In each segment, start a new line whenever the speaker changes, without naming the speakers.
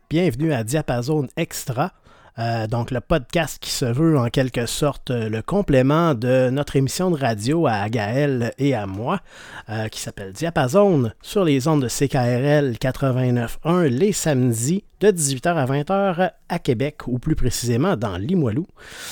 Bienvenue à Diapason Extra, donc le podcast qui se veut en quelque sorte le complément de notre émission de radio à Gaël et à moi, qui s'appelle Diapason sur les ondes de CKRL 89.1 les samedis de 18h à 20h à Québec, ou plus précisément dans Limoilou.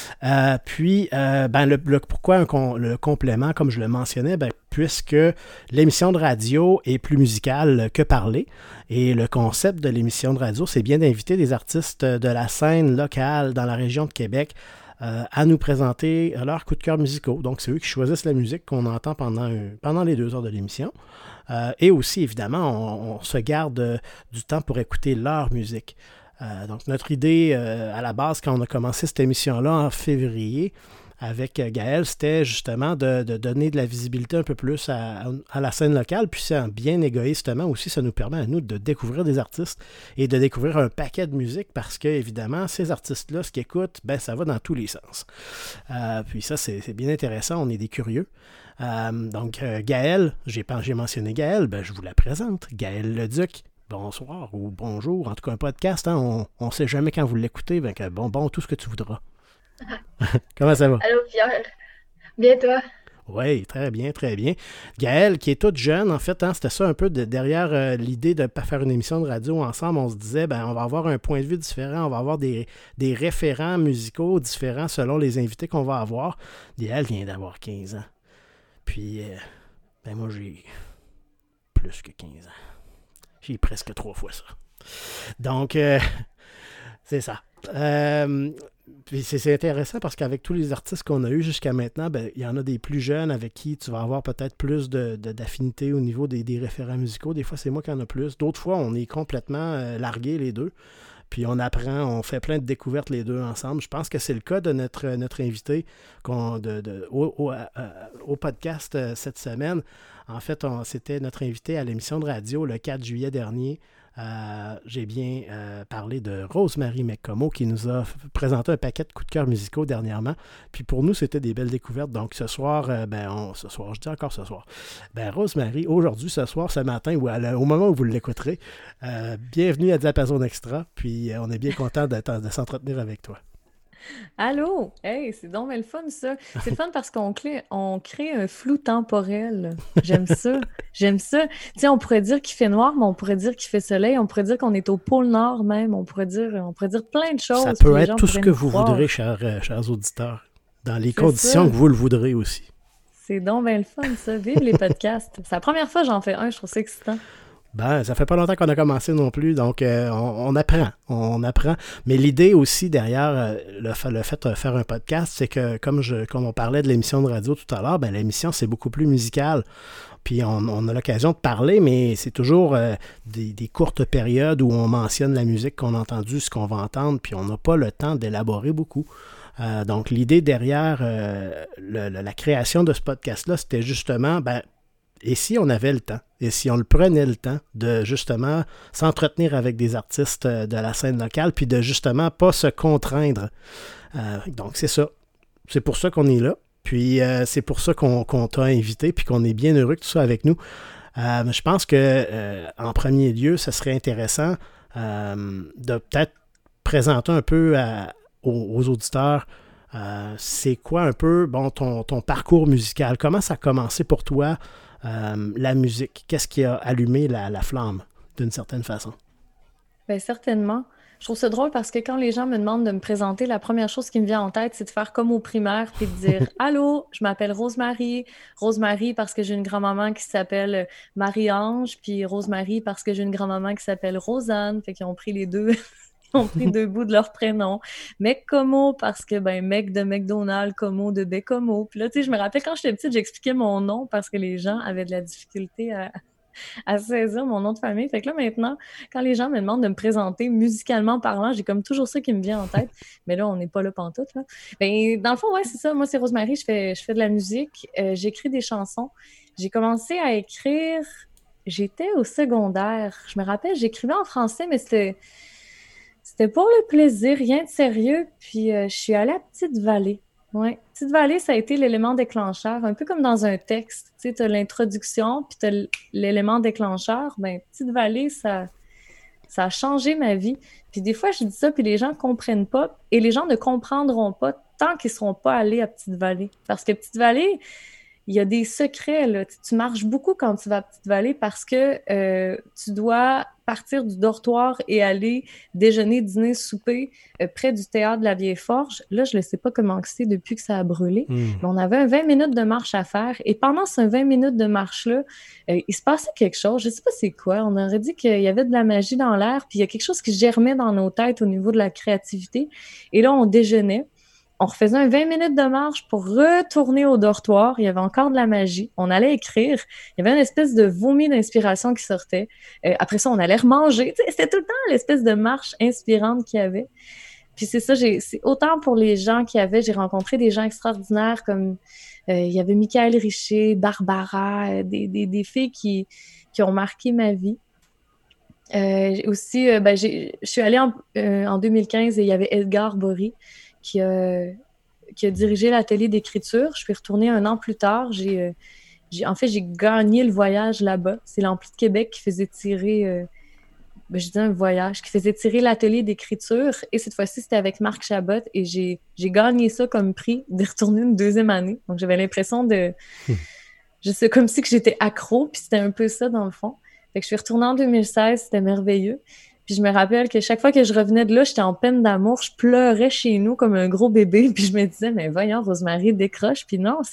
Pourquoi le complément, comme je le mentionnais, puisque l'émission de radio est plus musicale que parlée, et le concept de l'émission de radio, c'est bien d'inviter des artistes de la scène locale dans la région de Québec à nous présenter leurs coups de cœur musicaux. Donc, c'est eux qui choisissent la musique qu'on entend pendant les 2 heures de l'émission. Et aussi, évidemment, on se garde du temps pour écouter leur musique. Donc, notre idée à la base, quand on a commencé cette émission-là en février, avec Gaël, c'était justement de donner de la visibilité un peu plus à la scène locale, puis c'est bien égoïstement aussi, ça nous permet à nous de découvrir des artistes et de découvrir un paquet de musique parce que, évidemment, ces artistes-là, ce qu'ils écoutent, ça va dans tous les sens. Puis ça, c'est bien intéressant, on est des curieux. Gaël, j'ai mentionné Gaël, je vous la présente, Gaël Leduc. Bonsoir ou bonjour, en tout cas un podcast, hein, on ne sait jamais quand vous l'écoutez, bon, tout ce que tu voudras. Comment ça va?
Allô Pierre, bien toi?
Oui, très bien, très bien. Gaëlle, qui est toute jeune, en fait, hein, c'était ça un peu derrière l'idée de ne pas faire une émission de radio ensemble. On se disait, on va avoir un point de vue différent, on va avoir des référents musicaux différents selon les invités qu'on va avoir. Gaëlle vient d'avoir 15 ans. Puis, moi, j'ai plus que 15 ans. J'ai presque 3 fois ça. Donc, c'est ça. Puis c'est intéressant parce qu'avec tous les artistes qu'on a eus jusqu'à maintenant, il y en a des plus jeunes avec qui tu vas avoir peut-être plus d'affinité au niveau des référents musicaux. Des fois, c'est moi qui en a plus. D'autres fois, on est complètement largués les deux. Puis on apprend, on fait plein de découvertes les deux ensemble. Je pense que c'est le cas de notre invité au podcast cette semaine. En fait, c'était notre invité à l'émission de radio le 4 juillet dernier. J'ai bien parlé de Rosemary McComo qui nous a présenté un paquet de coups de cœur musicaux dernièrement. Puis pour nous, c'était des belles découvertes. Donc ce soir, je dis encore ce soir. Rosemary, aujourd'hui, ce soir, ce matin, ou au moment où vous l'écouterez, bienvenue à Diapason Extra. Puis on est bien content de s'entretenir avec toi.
Allô? Hey, c'est donc bien le fun, ça. C'est le fun parce on crée un flou temporel. J'aime ça. J'aime ça. Tu sais, on pourrait dire qu'il fait noir, mais on pourrait dire qu'il fait soleil. On pourrait dire qu'on est au pôle Nord même. On pourrait dire plein de choses.
Ça peut être tout ce que vous voudrez, chers auditeurs, dans les conditions que vous le voudrez aussi.
C'est donc bien le fun, ça. Vive les podcasts. C'est la première fois que j'en fais un. Je trouve ça excitant.
Ça fait pas longtemps qu'on a commencé non plus, donc on apprend. Mais l'idée aussi derrière le fait de faire un podcast, c'est que comme on parlait de l'émission de radio tout à l'heure, l'émission c'est beaucoup plus musical. Puis on a l'occasion de parler, mais c'est toujours des courtes périodes où on mentionne la musique qu'on a entendue, ce qu'on va entendre, puis on n'a pas le temps d'élaborer beaucoup. Donc l'idée derrière la création de ce podcast-là, c'était justement... Et si on avait le temps, et si on le prenait le temps de justement s'entretenir avec des artistes de la scène locale, puis de justement pas se contraindre. Donc c'est ça. C'est pour ça qu'on est là. Puis c'est pour ça qu'on t'a invité, puis qu'on est bien heureux que tu sois avec nous. Je pense que en premier lieu, ce serait intéressant de peut-être présenter un peu aux auditeurs c'est quoi un peu ton parcours musical. Comment ça a commencé pour toi? La musique, qu'est-ce qui a allumé la flamme d'une certaine façon?
Bien, certainement. Je trouve ça drôle parce que quand les gens me demandent de me présenter, la première chose qui me vient en tête, c'est de faire comme au primaire puis de dire « Allô, je m'appelle Rosemary. Rosemary parce que j'ai une grand-maman qui s'appelle Marie-Ange, puis Rosemary parce que j'ai une grand-maman qui s'appelle Rosanne. » Fait qu'ils ont pris les deux... ont pris 2 bouts de leur prénom. McComo, parce que, mec de McDonald's, Como de Bécomo. Puis là, tu sais, je me rappelle quand j'étais petite, j'expliquais mon nom parce que les gens avaient de la difficulté à saisir mon nom de famille. Fait que là, maintenant, quand les gens me demandent de me présenter musicalement parlant, j'ai comme toujours ça qui me vient en tête. Mais là, on n'est pas là pantoute, là. Dans le fond, ouais, c'est ça. Moi, c'est Rosemary. Je fais de la musique. J'écris des chansons. J'ai commencé à écrire... J'étais au secondaire. Je me rappelle, j'écrivais en français, mais c'était pour le plaisir, rien de sérieux. Puis je suis allée à Petite-Vallée. Ouais. Petite-Vallée, ça a été l'élément déclencheur, un peu comme dans un texte. Tu sais, t'as l'introduction, puis t'as l'élément déclencheur. Petite-Vallée, ça Ça a changé ma vie. Puis des fois, je dis ça, puis les gens comprennent pas, et les gens ne comprendront pas tant qu'ils seront pas allés à Petite-Vallée. Parce que Petite-Vallée, il y a des secrets, là. Tu marches beaucoup quand tu vas à Petite-Vallée parce que tu dois partir du dortoir et aller déjeuner, dîner, souper près du théâtre de la Vieille Forge. Là, je ne sais pas comment c'est depuis que ça a brûlé, mais on avait un 20 minutes de marche à faire. Et pendant ces 20 minutes de marche-là, il se passait quelque chose. Je ne sais pas c'est quoi. On aurait dit qu'il y avait de la magie dans l'air, puis il y a quelque chose qui germait dans nos têtes au niveau de la créativité. Et là, on déjeunait. On refaisait un 20 minutes de marche pour retourner au dortoir. Il y avait encore de la magie. On allait écrire. Il y avait une espèce de vomi d'inspiration qui sortait. Après ça, on allait remanger. C'était tout le temps l'espèce de marche inspirante qu'il y avait. Puis c'est ça, c'est autant pour les gens qu'il y avait. J'ai rencontré des gens extraordinaires comme il y avait Michael Richer, Barbara, des filles qui ont marqué ma vie. Aussi, je suis allée en 2015 et il y avait Edgar Bory qui a dirigé l'atelier d'écriture. Je suis retournée un an plus tard. J'ai gagné le voyage là-bas. C'est l'Ampli de Québec qui faisait tirer, je dis un voyage, qui faisait tirer l'atelier d'écriture. Et cette fois-ci, c'était avec Marc Chabot. Et j'ai gagné ça comme prix d'y retourner une deuxième année. Donc, j'avais l'impression je sais, comme si que j'étais accro. Puis c'était un peu ça, dans le fond. Fait que je suis retournée en 2016. C'était merveilleux. Puis je me rappelle que chaque fois que je revenais de là, j'étais en peine d'amour, je pleurais chez nous comme un gros bébé, puis je me disais, mais voyons, Rosemary décroche, puis non,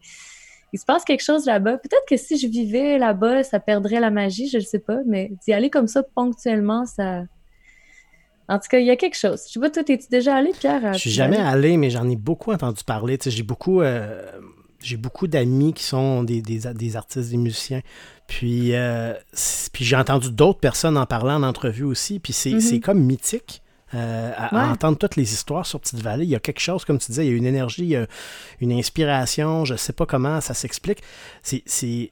il se passe quelque chose là-bas. Peut-être que si je vivais là-bas, ça perdrait la magie, je ne sais pas, mais d'y aller comme ça ponctuellement, ça... En tout cas, il y a quelque chose. Je sais pas, toi, t'es-tu déjà allé, Pierre?
Je suis jamais allé, mais j'en ai beaucoup entendu parler. Tu sais, j'ai beaucoup d'amis qui sont des artistes, des musiciens. Puis j'ai entendu d'autres personnes en parler en entrevue aussi. Puis c'est comme mythique. À entendre toutes les histoires sur Petite-Vallée, il y a quelque chose, comme tu disais, il y a une énergie, il y a une inspiration, je ne sais pas comment ça s'explique. Il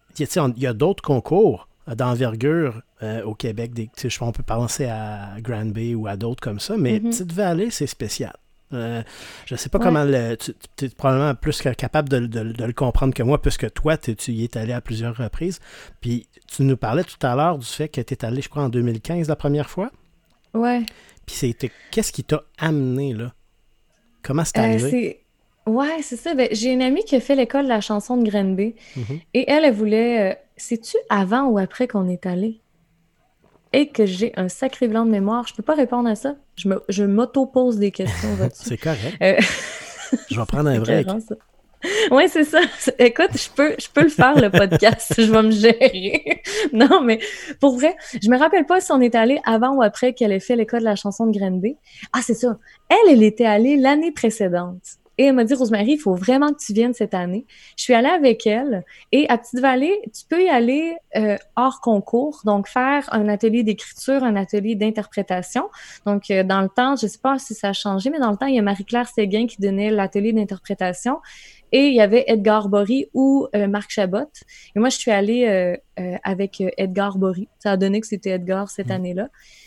y a d'autres concours d'envergure au Québec. On peut penser à Granby ou à d'autres comme ça, mais Petite-Vallée, c'est spécial. Je ne sais pas comment tu es probablement plus capable de le comprendre que moi, puisque toi, tu y es allé à plusieurs reprises. Puis tu nous parlais tout à l'heure du fait que tu es allé, je crois, en 2015 la première fois.
Ouais.
Puis qu'est-ce qui t'a amené là? Comment c'est arrivé?
Ouais, c'est ça. Ben, j'ai une amie qui a fait l'école de la chanson de Granby. Et elle voulait... sais-tu avant ou après qu'on est allé? Et que j'ai un sacré blanc de mémoire. Je peux pas répondre à ça. Je m'auto-pose des questions là-dessus.
C'est correct. Je vais prendre un break.
Oui, c'est ça. Écoute, je peux le faire, le podcast. Je vais me gérer. Non, mais pour vrai, je me rappelle pas si on est allé avant ou après qu'elle ait fait l'école de la chanson de Granby. Ah, c'est ça. Elle était allée l'année précédente. Et elle m'a dit, Rosemary, il faut vraiment que tu viennes cette année. Je suis allée avec elle. Et à Petite-Vallée, tu peux y aller hors concours. Donc, faire un atelier d'écriture, un atelier d'interprétation. Donc, dans le temps, je sais pas si ça a changé, mais dans le temps, il y a Marie-Claire Séguin qui donnait l'atelier d'interprétation. Et il y avait Edgar Bory ou Marc Chabot. Et moi, je suis allée avec Edgar Bory. Ça a donné que c'était Edgar cette année-là.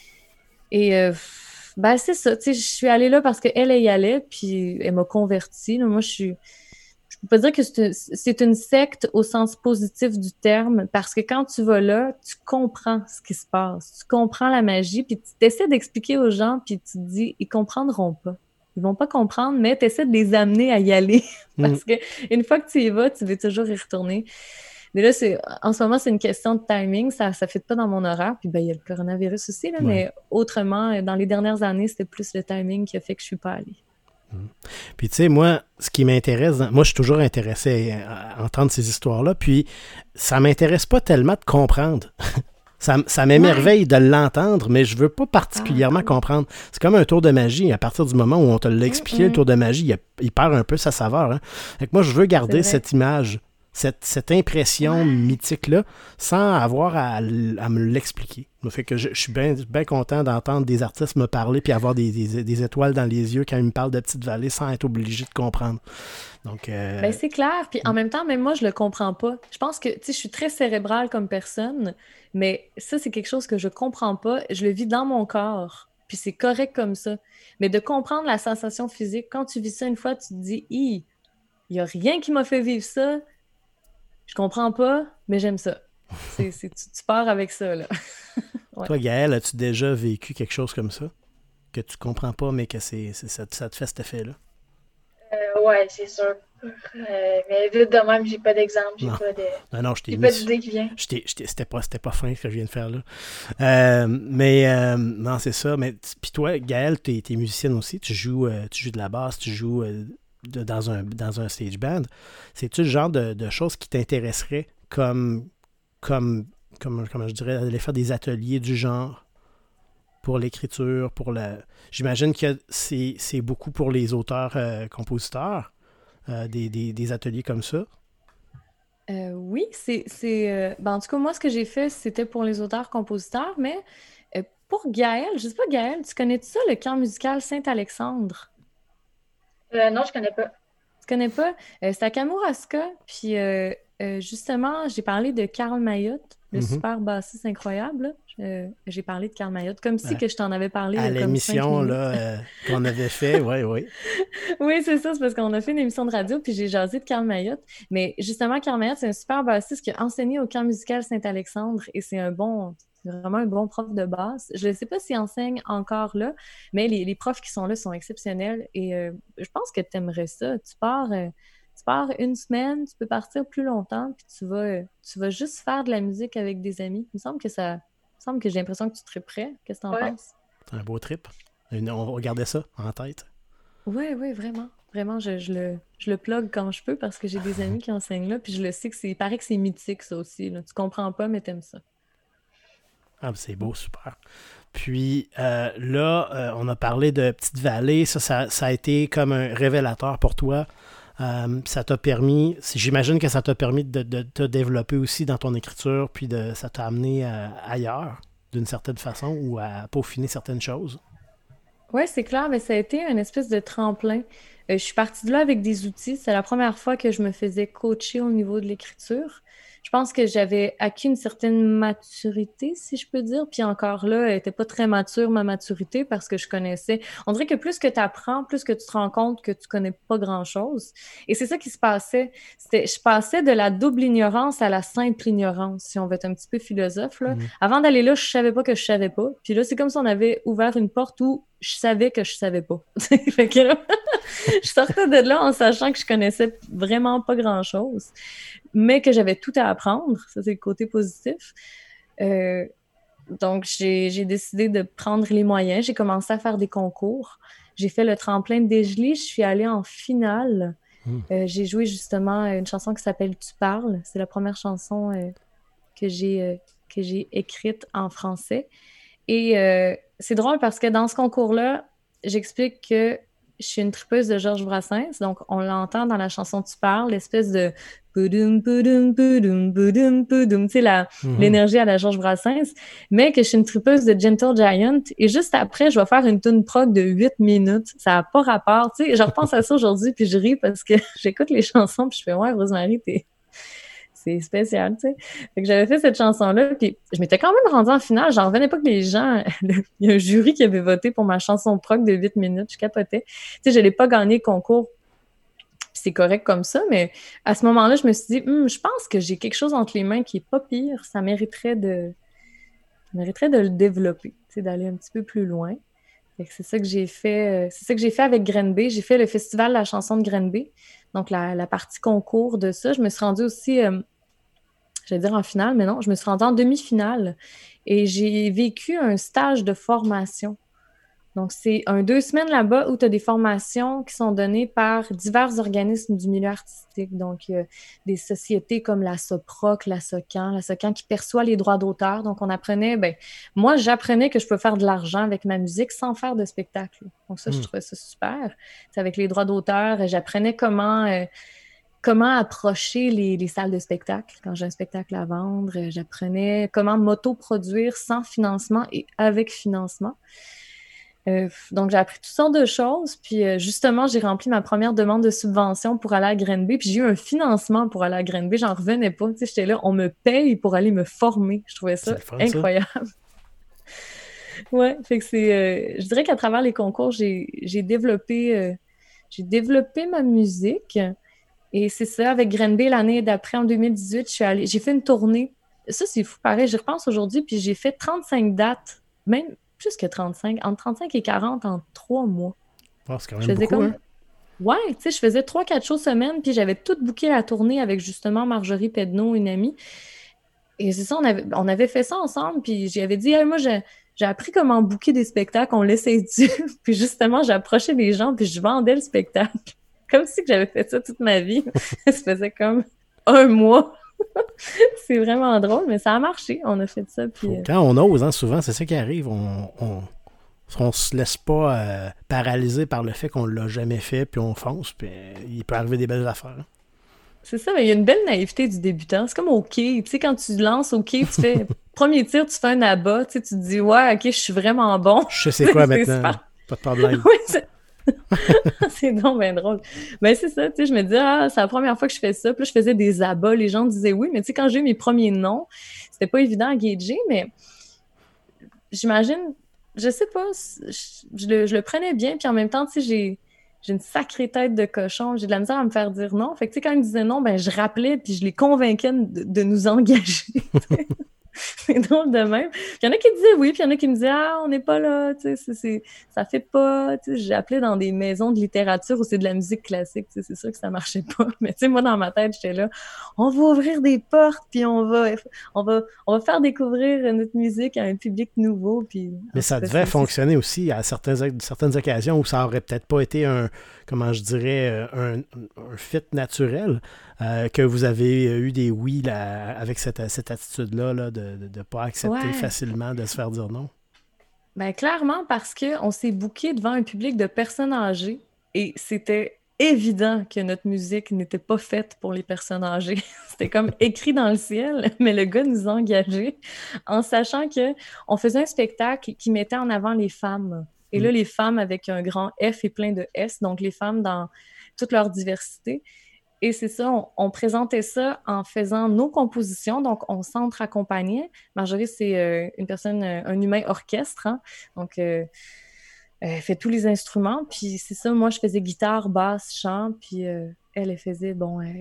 Et c'est ça. Tu sais, je suis allée là parce qu'elle y allait, puis elle m'a convertie. Là, moi, je peux pas dire que c'est une secte au sens positif du terme, parce que quand tu vas là, tu comprends ce qui se passe. Tu comprends la magie, puis tu essaies d'expliquer aux gens, puis tu te dis, ils comprendront pas. Ils vont pas comprendre, mais tu essaies de les amener à y aller. Parce que une fois que tu y vas, tu veux toujours y retourner. Mais là, en ce moment, c'est une question de timing. Ça ne fit pas dans mon horaire. Puis, il y a le coronavirus aussi, là, mais autrement, dans les dernières années, c'était plus le timing qui a fait que je suis pas allée.
Puis, tu sais, moi, ce qui m'intéresse, moi, je suis toujours intéressé à entendre ces histoires-là. Puis, ça m'intéresse pas tellement de comprendre. Ça m'émerveille de l'entendre, mais je veux pas particulièrement comprendre. C'est comme un tour de magie. À partir du moment où on te l'a expliqué, le tour de magie, il perd un peu sa saveur. Hein. Fait que moi, je veux garder cette image, cette impression mythique-là, sans avoir à me l'expliquer. Ça fait que je suis bien content d'entendre des artistes me parler puis avoir des étoiles dans les yeux quand ils me parlent de Petite-Vallée sans être obligé de comprendre. Donc,
c'est clair. Puis en même temps, même moi, je le comprends pas. Je pense que, je suis très cérébrale comme personne, mais ça, c'est quelque chose que je comprends pas. Je le vis dans mon corps. Puis c'est correct comme ça. Mais de comprendre la sensation physique, quand tu vis ça une fois, tu te dis, il y a rien qui m'a fait vivre ça. Je comprends pas, mais j'aime ça. Tu pars avec ça, là. Ouais.
Toi, Gaëlle, as-tu déjà vécu quelque chose comme ça? Que tu comprends pas, mais que ça te fait cet effet-là?
Ouais, c'est sûr. Mais vite de même, j'ai pas d'exemple,
Non, non, je t'ai
j'ai
mis.
pas d'idée qui vient.
C'était pas fin ce que je viens de faire là. Non, c'est ça. Mais puis toi, Gaëlle, t'es musicienne aussi. Tu joues de la basse, tu joues dans un stage band. C'est-tu le genre de choses qui t'intéresseraient comment je dirais, aller faire des ateliers du genre pour l'écriture, J'imagine que c'est beaucoup pour les auteurs, compositeurs, des ateliers comme ça.
Oui, en tout cas, moi, ce que j'ai fait, c'était pour les auteurs-compositeurs, mais pour Gaëlle, je sais pas, Gaëlle, tu connais ça, le camp musical Saint-Alexandre?
Non, je connais pas.
Tu connais pas? C'est à Kamouraska, puis justement, j'ai parlé de Karl Mayotte, le
Mhm.
super bassiste incroyable, là. J'ai parlé de Karl Mayotte, comme si
À,
que je t'en avais parlé il y
à
a comme 5
l'émission
minutes.
là, qu'on avait fait, oui, oui.
Oui, c'est ça, c'est parce qu'on a fait une émission de radio, puis j'ai jasé de Karl Mayotte. Mais justement, Karl Mayotte, c'est un super bassiste qui a enseigné au camp musical Saint-Alexandre et c'est vraiment un bon prof de basse. Je ne sais pas s'il enseigne encore là, mais les profs qui sont là sont exceptionnels et je pense que tu aimerais ça. Tu pars une semaine, tu peux partir plus longtemps, puis tu vas juste faire de la musique avec des amis. Il me semble que j'ai l'impression que tu serais prêt. Qu'est-ce que tu en
Ouais.
penses?
C'est un beau trip. On va garder ça en tête.
Oui, oui, vraiment. Vraiment, je le plug quand je peux parce que j'ai des amis qui enseignent là, puis je le sais il paraît que c'est mythique, ça aussi, là. Tu comprends pas, mais t'aimes ça.
Ah, c'est beau, super. Puis là, on a parlé de Petite Vallée. Ça a été comme un révélateur pour toi. Ça t'a permis, j'imagine que ça t'a permis de te développer aussi dans ton écriture, puis ça t'a amené ailleurs, d'une certaine façon, ou à peaufiner certaines choses.
Oui, c'est clair, mais ça a été une espèce de tremplin. Je suis partie de là avec des outils. C'est la première fois que je me faisais coacher au niveau de l'écriture. Je pense que j'avais acquis une certaine maturité, si je peux dire. Puis encore là, elle n'était pas très mature, ma maturité, parce que je connaissais. On dirait que plus que tu apprends, plus que tu te rends compte que tu connais pas grand-chose. Et c'est ça qui se passait. Je passais de la double ignorance à la simple ignorance, si on veut être un petit peu philosophe, là.
Mhm.
Avant d'aller là, je savais pas que je savais pas. Puis là, c'est comme si on avait ouvert une porte où je savais que je savais pas. Fait que là, je sortais de là en sachant que je connaissais vraiment pas grand-chose, mais que j'avais tout à apprendre. Ça, c'est le côté positif. Euh, donc, j'ai décidé de prendre les moyens. J'ai commencé à faire des concours. J'ai fait le tremplin de Desjolies. Je suis allée en finale.
Mm.
J'ai joué justement une chanson qui s'appelle « Tu parles ». C'est la première chanson que j'ai écrite en français. Et c'est drôle parce que dans ce concours-là, j'explique que je suis une tripeuse de Georges Brassens. Donc, on l'entend dans la chanson Tu parles, l'espèce de poudoum, poudoum, poudoum, poudoum, poudoum, tu sais, l'énergie à la Georges Brassens, mais que je suis une tripeuse de Gentle Giant. Et juste après, je vais faire une tune prog de 8 minutes. Ça n'a pas rapport. Tu sais, je repense à ça aujourd'hui, puis je ris parce que j'écoute les chansons, puis je fais « Ouais, Rosemary, c'est spécial, tu sais. » Fait que j'avais fait cette chanson-là, puis je m'étais quand même rendue en finale. J'en revenais pas que les gens... Il y a un jury qui avait voté pour ma chanson prog de 8 minutes. Je capotais. Tu sais, je n'ai pas gagné le concours, puis c'est correct comme ça, mais à ce moment-là, je me suis dit, je pense que j'ai quelque chose entre les mains qui est pas pire. Ça mériterait de le développer, tu sais, d'aller un petit peu plus loin. Fait que c'est ça que j'ai fait. C'est ça que j'ai fait avec Grenby. J'ai fait le festival de la chanson de Grenby. Donc, la partie concours de ça. Je me suis rendue aussi... j'allais dire en finale, mais non, je me suis rendue en demi-finale et j'ai vécu un stage de formation. Donc, c'est 2 semaines là-bas où tu as des formations qui sont données par divers organismes du milieu artistique. Donc, il y a des sociétés comme la SOPROC, la SOCAN qui perçoit les droits d'auteur. Donc, on apprenait, moi, j'apprenais que je peux faire de l'argent avec ma musique sans faire de spectacle. Donc, ça, je trouvais ça super. C'est avec les droits d'auteur, j'apprenais comment approcher les salles de spectacle quand j'ai un spectacle à vendre. J'apprenais comment m'autoproduire sans financement et avec financement. Donc, j'ai appris toutes sortes de choses. Puis, justement, j'ai rempli ma première demande de subvention pour aller à Grenby. Puis, j'ai eu un financement pour aller à Grenby. J'en revenais pas. Tu sais, j'étais là, on me paye pour aller me former. Je trouvais ça incroyable. Ouais, fait que je dirais qu'à travers les concours, j'ai développé ma musique. Et c'est ça, avec Grenby, l'année d'après, en 2018, j'ai fait une tournée Ça, c'est fou, pareil. J'y repense aujourd'hui, puis j'ai fait 35 dates, même plus que 35, entre 35 et 40 en 3 mois.
Oh, c'est quand
Je
même
faisais
beaucoup,
comme...
hein?
Ouais, tu sais, je faisais 3-4 shows semaine, puis j'avais tout booké la tournée avec justement Marjorie Pedneau, une amie. Et c'est ça, on avait fait ça ensemble, puis j'avais dit, hey, moi, j'ai appris comment booker des spectacles, on l'essaie-tu? Puis justement, j'approchais les gens, puis je vendais le spectacle. Comme si que j'avais fait ça toute ma vie. Ça faisait comme 1 mois. C'est vraiment drôle, mais ça a marché. On a fait ça, puis...
Quand on ose, hein, souvent, c'est ça qui arrive. On se laisse pas paralyser par le fait qu'on l'a jamais fait, puis on fonce, puis il peut arriver des belles affaires. Hein.
C'est ça, mais il y a une belle naïveté du débutant. C'est comme au quai. Tu sais, quand tu lances au quai, tu fais... Premier tir, tu fais un abat, tu sais, tu te dis, ouais, OK, je suis vraiment bon.
Je sais c'est quoi
C'est
maintenant.
super.
Pas de problème.
Oui, c'est donc bien drôle. Mais c'est ça, tu sais, je me dis, c'est la première fois que je fais ça. Puis là, je faisais des abats. Les gens disaient oui, mais tu sais, quand j'ai eu mes premiers noms, c'était pas évident à gager, mais j'imagine, je sais pas, je le prenais bien. Puis en même temps, tu sais, j'ai une sacrée tête de cochon. J'ai de la misère à me faire dire non. Fait que, tu sais, quand ils me disaient non, ben, je rappelais, puis je les convainquais de nous engager. C'est drôle de même. Puis il y en a qui disaient oui, puis il y en a qui me disaient on n'est pas là, tu sais, ça fait pas. Tu sais, j'ai appelé dans des maisons de littérature où c'est de la musique classique, tu sais, c'est sûr que ça marchait pas. Mais tu sais, moi dans ma tête, j'étais là, on va ouvrir des portes, puis on va faire découvrir notre musique à un public nouveau, puis.
Mais ça devait fonctionner aussi à certaines occasions où ça aurait peut-être pas été comment je dirais, un fit naturel. Que vous avez eu des oui là, avec cette attitude-là là, de ne pas accepter facilement de se faire dire non?
Ben, clairement, parce qu'on s'est booké devant un public de personnes âgées et c'était évident que notre musique n'était pas faite pour les personnes âgées. C'était comme écrit dans le ciel, mais le gars nous a engagés en sachant qu'on faisait un spectacle qui mettait en avant les femmes. Et là, les femmes avec un grand F et plein de S, donc les femmes dans toute leur diversité. Et c'est ça, on présentait ça en faisant nos compositions, donc on s'entre-accompagnait. Marjorie, c'est une personne, un humain orchestre, hein? Donc elle fait tous les instruments, puis c'est ça, moi je faisais guitare, basse, chant, puis elle faisait,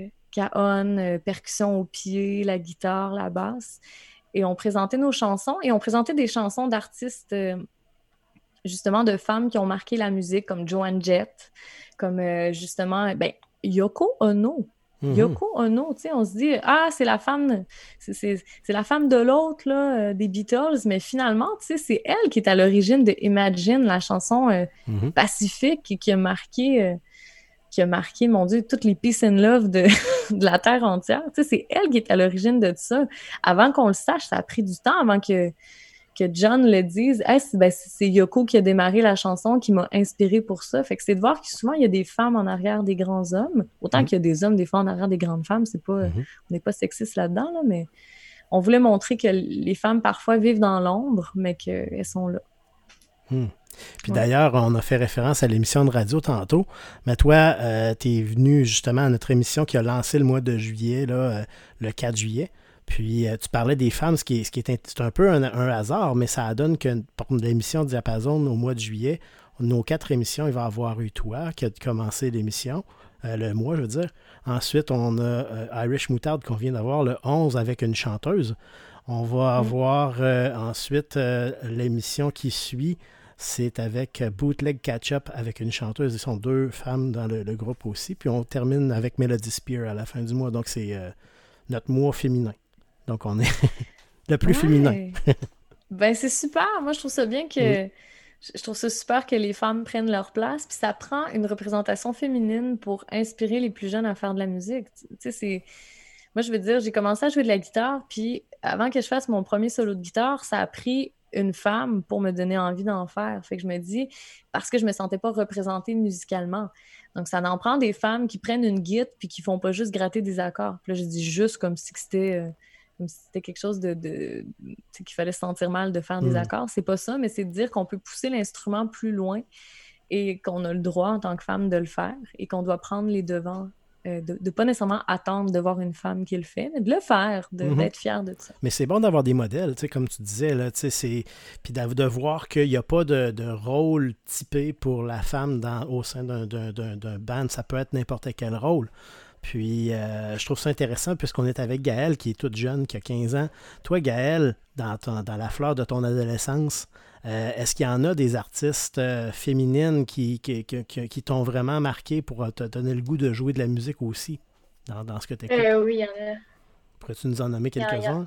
cajon, percussion au pied, la guitare, la basse. Et on présentait nos chansons, et on présentait des chansons d'artistes, justement de femmes qui ont marqué la musique, comme Joan Jett, comme justement, Yoko Ono. Yoko Ono, tu sais, on se dit, c'est la femme, c'est la femme de l'autre, là, des Beatles, mais finalement, tu sais, c'est elle qui est à l'origine de Imagine, la chanson pacifique qui a marqué, mon Dieu, toutes les peace and love de la Terre entière. Tu sais, c'est elle qui est à l'origine de tout ça. Avant qu'on le sache, ça a pris du temps avant que John le dise, c'est Yoko qui a démarré la chanson, qui m'a inspirée pour ça. Fait que c'est de voir que souvent, il y a des femmes en arrière des grands hommes. Autant qu'il y a des hommes, des fois, en arrière des grandes femmes. C'est pas, on n'est pas sexiste là-dedans, là, mais on voulait montrer que les femmes, parfois, vivent dans l'ombre, mais qu'elles sont là.
Puis d'ailleurs, on a fait référence à l'émission de radio tantôt, mais toi, tu es venu justement à notre émission qui a lancé le mois de juillet, là, le 4 juillet. Puis, tu parlais des femmes, c'est un peu un hasard, mais ça donne que pour l'émission Diapason au mois de juillet, nos 4 émissions, il va y avoir eu toi qui a commencé l'émission, le mois, je veux dire. Ensuite, on a Irish Moutarde qu'on vient d'avoir le 11 avec une chanteuse. On va avoir ensuite l'émission qui suit, c'est avec Bootleg Catch-Up avec une chanteuse. Ils sont 2 femmes dans le groupe aussi. Puis on termine avec Melody Spear à la fin du mois. Donc, c'est notre mois féminin. Donc, on est le plus féminin.
C'est super. Moi, je trouve ça bien que... Je trouve ça super que les femmes prennent leur place. Puis ça prend une représentation féminine pour inspirer les plus jeunes à faire de la musique. Tu sais, moi, je veux dire, j'ai commencé à jouer de la guitare. Puis avant que je fasse mon premier solo de guitare, ça a pris une femme pour me donner envie d'en faire. Fait que je me dis, parce que je me sentais pas représentée musicalement. Donc, ça en prend des femmes qui prennent une guitare puis qui font pas juste gratter des accords. Puis là, je dis juste comme si c'était quelque chose de qu'il fallait se sentir mal de faire des accords. C'est pas ça, mais c'est de dire qu'on peut pousser l'instrument plus loin et qu'on a le droit en tant que femme de le faire et qu'on doit prendre les devants. De pas nécessairement attendre de voir une femme qui le fait, mais de le faire, d'être fière de ça.
Mais c'est bon d'avoir des modèles, comme tu disais, là, puis de voir qu'il n'y a pas de rôle typé pour la femme au sein d'un band. Ça peut être n'importe quel rôle. Puis, je trouve ça intéressant puisqu'on est avec Gaëlle, qui est toute jeune, qui a 15 ans. Toi, Gaëlle, dans la fleur de ton adolescence, est-ce qu'il y en a des artistes féminines qui t'ont vraiment marqué pour te donner le goût de jouer de la musique aussi, dans ce que tu écoutes?
Oui, il y en a.
Pourrais-tu nous en nommer
Il y en a.
quelques-uns?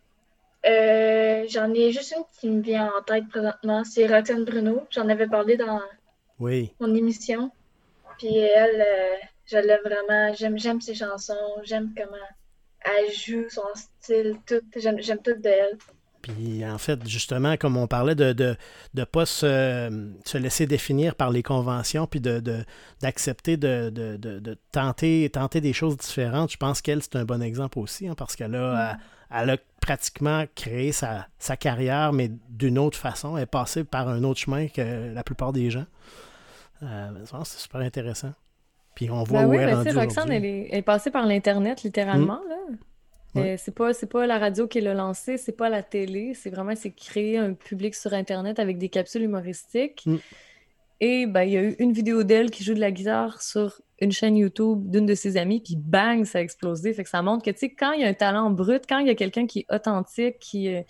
J'en ai juste une qui me vient en tête présentement, c'est Roxane Bruno. J'en avais parlé dans
Oui.
mon émission. Puis elle, je l'aime vraiment. J'aime ses chansons, j'aime comment elle joue, son style, tout. J'aime tout d'elle.
Puis en fait, justement, comme on parlait de pas se laisser définir par les conventions, puis d'accepter de tenter des choses différentes, je pense qu'elle, c'est un bon exemple aussi, hein, parce qu'elle a, elle a pratiquement créé sa carrière, mais d'une autre façon. Elle est passée par un autre chemin que la plupart des gens. Je pense que c'est super intéressant. Puis on voit où elle est rendue
Roxane,
aujourd'hui.
elle est passée par l'Internet, littéralement, là.
Ouais.
C'est pas la radio qui l'a lancé, c'est pas la télé, c'est créer un public sur Internet avec des capsules humoristiques. Et ben, il y a eu une vidéo d'elle qui joue de la guitare sur une chaîne YouTube d'une de ses amies, puis bang, ça a explosé. Fait que ça montre que, tu sais, quand il y a un talent brut, quand il y a quelqu'un qui est authentique, qui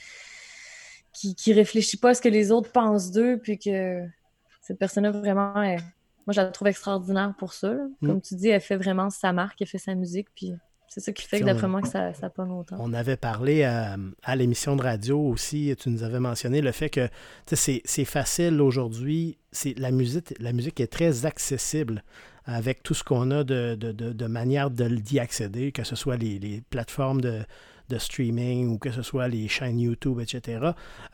réfléchit pas à ce que les autres pensent d'eux, puis que cette personne-là, vraiment, moi, je la trouve extraordinaire pour ça, là. Comme tu dis, elle fait vraiment sa marque, elle fait sa musique, puis c'est ça qui fait que, d'après moi, que ça pogne autant.
On avait parlé à l'émission de radio aussi, tu nous avais mentionné le fait que c'est facile aujourd'hui, la musique est très accessible avec tout ce qu'on a de manière d'y accéder, que ce soit les plateformes de streaming ou que ce soit les chaînes YouTube, etc.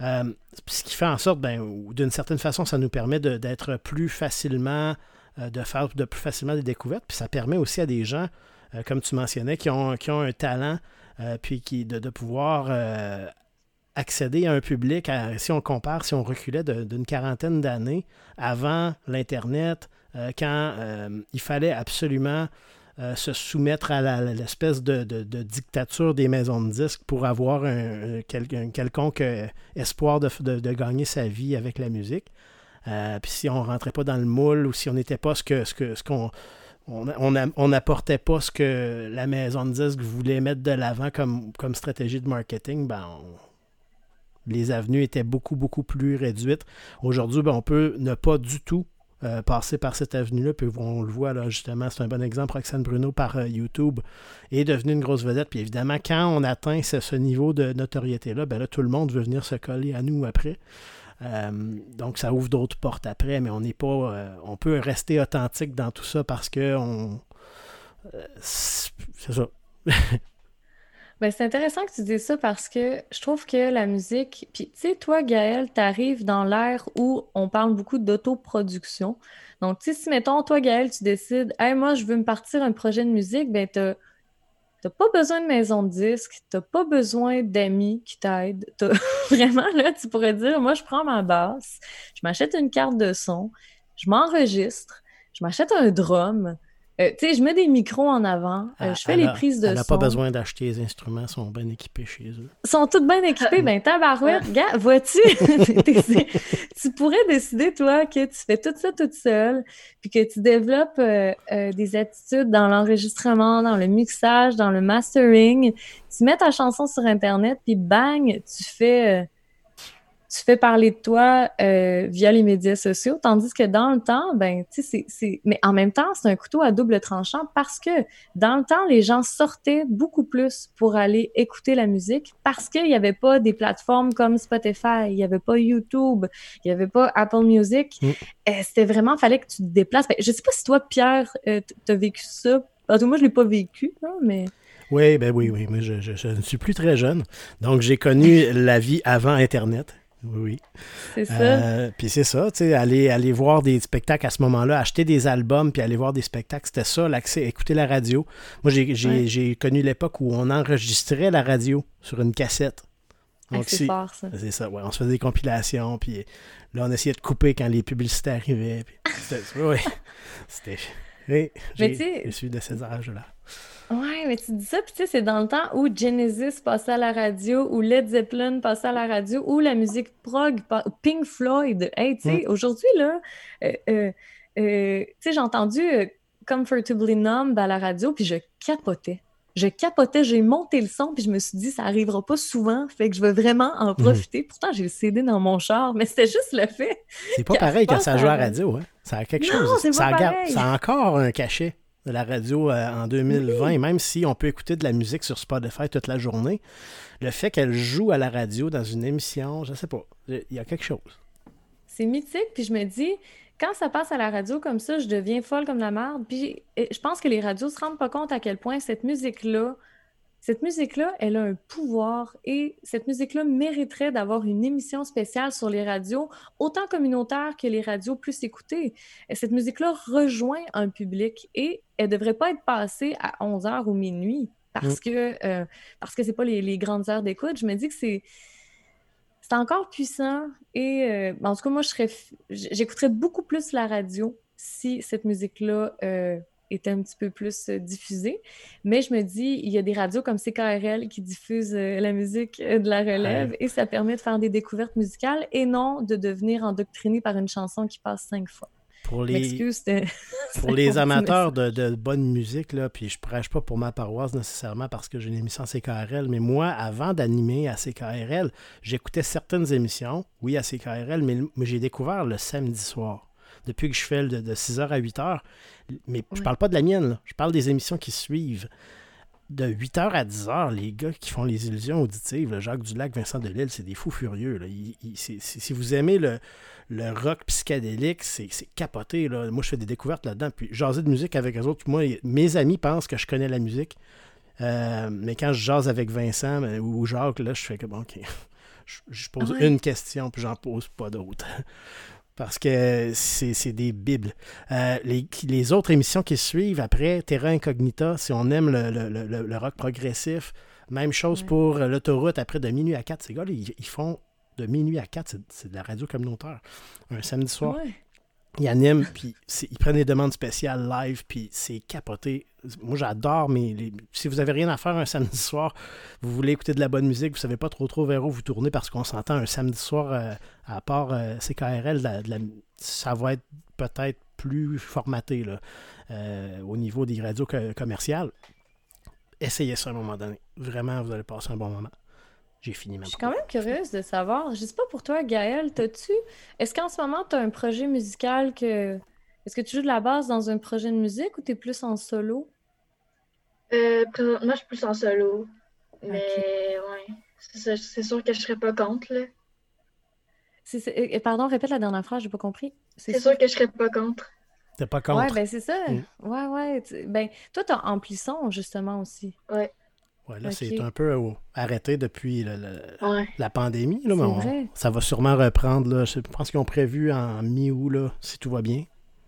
Ce qui fait en sorte, d'une certaine façon, ça nous permet d'être plus facilement, de faire plus facilement des découvertes, puis ça permet aussi à des gens comme tu mentionnais, qui ont un talent, puis de pouvoir accéder à un public, si on compare, si on reculait d'une quarantaine d'années avant l'Internet, quand il fallait absolument se soumettre à l'espèce de dictature des maisons de disques pour avoir un quelconque espoir de gagner sa vie avec la musique. Puis si on ne rentrait pas dans le moule ou si on n'était pas ce qu'on... On n'apportait pas ce que la maison de disques voulait mettre de l'avant comme stratégie de marketing. Les avenues étaient beaucoup, beaucoup plus réduites. Aujourd'hui, on peut ne pas du tout passer par cette avenue-là. Puis on le voit, là, justement, c'est un bon exemple. Roxane Bruno, par YouTube, est devenue une grosse vedette. Puis évidemment, quand on atteint ce niveau de notoriété-là, là, tout le monde veut venir se coller à nous après. Donc ça ouvre d'autres portes après, mais on n'est pas on peut rester authentique dans tout ça parce que c'est ça.
C'est intéressant que tu dises ça parce que je trouve que la musique, puis tu sais, toi, Gaëlle, t'arrives dans l'ère où on parle beaucoup d'autoproduction. Donc, tu sais, si, mettons, toi, Gaëlle, tu décides, « Hey, moi, je veux me partir un projet de musique », t'as pas besoin de maison de disque, t'as pas besoin d'amis qui t'aident. Vraiment, là, tu pourrais dire, moi, je prends ma basse, je m'achète une carte de son, je m'enregistre, je m'achète un drum, tu sais, je mets des micros en avant, je fais les prises de son.
Elle n'a pas besoin d'acheter les instruments, ils sont bien équipés chez eux.
Ils sont tous bien équipés, tabarouette, gars, vois-tu? Tu pourrais décider, toi, que tu fais tout ça toute seule, puis que tu développes des attitudes dans l'enregistrement, dans le mixage, dans le mastering. Tu mets ta chanson sur Internet, puis bang, tu fais parler de toi via les médias sociaux, tandis que dans le temps, tu sais, mais en même temps, c'est un couteau à double tranchant parce que dans le temps, les gens sortaient beaucoup plus pour aller écouter la musique parce qu'il n'y avait pas des plateformes comme Spotify, il n'y avait pas YouTube, il n'y avait pas Apple Music. C'était vraiment, fallait que tu te déplaces. Je sais pas si toi, Pierre, t'as vécu ça. En tout cas, moi, je l'ai pas vécu, hein, mais...
Oui, mais je ne suis plus très jeune, donc j'ai connu la vie avant Internet. Oui.
C'est ça.
Puis c'est ça, tu sais, aller voir des spectacles à ce moment-là, acheter des albums, puis aller voir des spectacles, c'était ça, l'accès, écouter la radio. Moi, j'ai connu l'époque où on enregistrait la radio sur une cassette. Donc,
c'est fort, ça.
C'est ça, ouais. On se faisait des compilations, puis là, on essayait de couper quand les publicités arrivaient. Oui, c'était... Oui, je suis de ces âges-là.
Ouais, mais tu dis ça, puis tu sais, c'est dans le temps où Genesis passait à la radio, ou Led Zeppelin passait à la radio, ou la musique prog, Pink Floyd. Hey, tu sais, aujourd'hui, là, tu sais, j'ai entendu Comfortably Numb à la radio, puis je capotais. J'ai monté le son, puis je me suis dit, ça arrivera pas souvent, fait que je veux vraiment en profiter. Pourtant, j'ai le CD dans mon char, mais c'était juste le fait.
C'est pas pareil quand ça joue à la radio, hein? Ça a quelque chose.
C'est pas pareil.
Ça a encore un cachet de la radio en 2020, et même si on peut écouter de la musique sur Spotify toute la journée, le fait qu'elle joue à la radio dans une émission, je sais pas, il y a quelque chose.
C'est mythique, puis je me dis, quand ça passe à la radio comme ça, je deviens folle comme la merde. Puis je pense que les radios se rendent pas compte à quel point cette musique-là, elle a un pouvoir et cette musique-là mériterait d'avoir une émission spéciale sur les radios, autant communautaires que les radios plus écoutées. Et cette musique-là rejoint un public et elle devrait pas être passée à 11h ou minuit parce que c'est pas les grandes heures d'écoute. Je me dis que c'est encore puissant et en tout cas, moi, j'écouterais beaucoup plus la radio si cette musique-là était un petit peu plus diffusée. Mais je me dis, il y a des radios comme CKRL qui diffusent la musique de la relève et ça permet de faire des découvertes musicales et non de devenir endoctriné par une chanson qui passe 5 fois.
Pour les amateurs de bonne musique, là, puis je prêche pas pour ma paroisse nécessairement parce que j'ai une émission à CKRL, mais moi, avant d'animer à CKRL, j'écoutais certaines émissions, oui, à CKRL, mais j'ai découvert le samedi soir. Depuis que je fais de 6h à 8h, mais je parle pas de la mienne, là. Je parle des émissions qui suivent. De 8h à 10h, les gars qui font les illusions auditives, là, Jacques Dulac, Vincent Delisle, c'est des fous furieux. Là. Si vous aimez le rock psychédélique, c'est capoté. Là. Moi, je fais des découvertes là-dedans. Puis jaser de musique avec eux autres. Moi, mes amis pensent que je connais la musique. Mais quand je jase avec Vincent ou Jacques, là, je fais que bon, OK. Je pose une question, puis j'en pose pas d'autres. Parce que c'est des bibles. Les autres émissions qui suivent après, Terra Incognita, si on aime le rock progressif, même chose pour l'autoroute après de minuit à 4. Ces gars-là, ils font de minuit à 4, c'est de la radio communautaire. Un samedi soir. Ouais. Ils animent, puis ils prennent des demandes spéciales live, puis c'est capoté. Moi, j'adore, mais si vous avez rien à faire un samedi soir, vous voulez écouter de la bonne musique, vous savez pas trop vers où vous tournez parce qu'on s'entend un samedi soir, à part CKRL, ça va être peut-être plus formaté là, au niveau des radios commerciales. Essayez ça à un moment donné. Vraiment, vous allez passer un bon moment. J'ai fini ma
Je suis quand même curieuse de savoir. Je sais pas pour toi, Gaëlle, est-ce qu'en ce moment, tu as un projet musical Est-ce que tu joues de la basse dans un projet de musique ou tu es plus en solo?
Présentement, je suis plus en solo. Mais ouais, c'est sûr que je serais pas contre, là.
Pardon, répète la dernière phrase, j'ai pas compris.
C'est sûr que je serais pas contre.
T'es pas contre?
Ouais, ben c'est ça. Ouais. Ben, toi, t'as ampli son, justement, aussi.
Ouais.
Ouais, là, c'est un peu arrêté depuis la pandémie. Là, mais ça va sûrement reprendre. Là, je pense qu'ils ont prévu en mi-août, là, si tout va bien.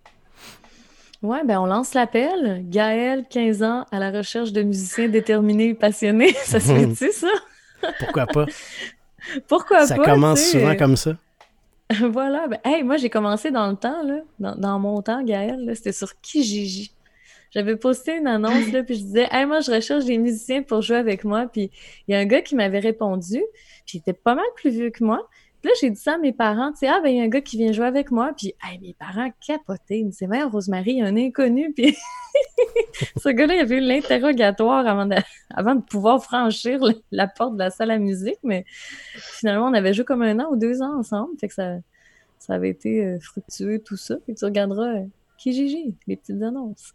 Ouais, ben on lance l'appel. Gaëlle, 15 ans, à la recherche de musiciens déterminés et passionnés. Ça se fait-tu, ça?
Pourquoi pas?
Pourquoi pas?
Ça commence souvent comme ça.
Voilà. Ben, hey, moi, j'ai commencé dans le temps, là, dans mon temps, Gaëlle, là, c'était sur Kijiji. J'avais posté une annonce, là, puis je disais « Hey, moi, je recherche des musiciens pour jouer avec moi. » Puis il y a un gars qui m'avait répondu, puis il était pas mal plus vieux que moi. Puis là, j'ai dit ça à mes parents, tu sais, « Ah, ben, il y a un gars qui vient jouer avec moi. » Puis mes parents capotaient. Ils me disaient « Mère, Rosemary, il y a un inconnu. » Puis ce gars-là, il avait eu l'interrogatoire avant de pouvoir franchir la porte de la salle à musique. Mais finalement, on avait joué comme 1 an ou 2 ans ensemble. Fait que ça avait été fructueux, tout ça. Puis tu regarderas Kijiji, les petites annonces.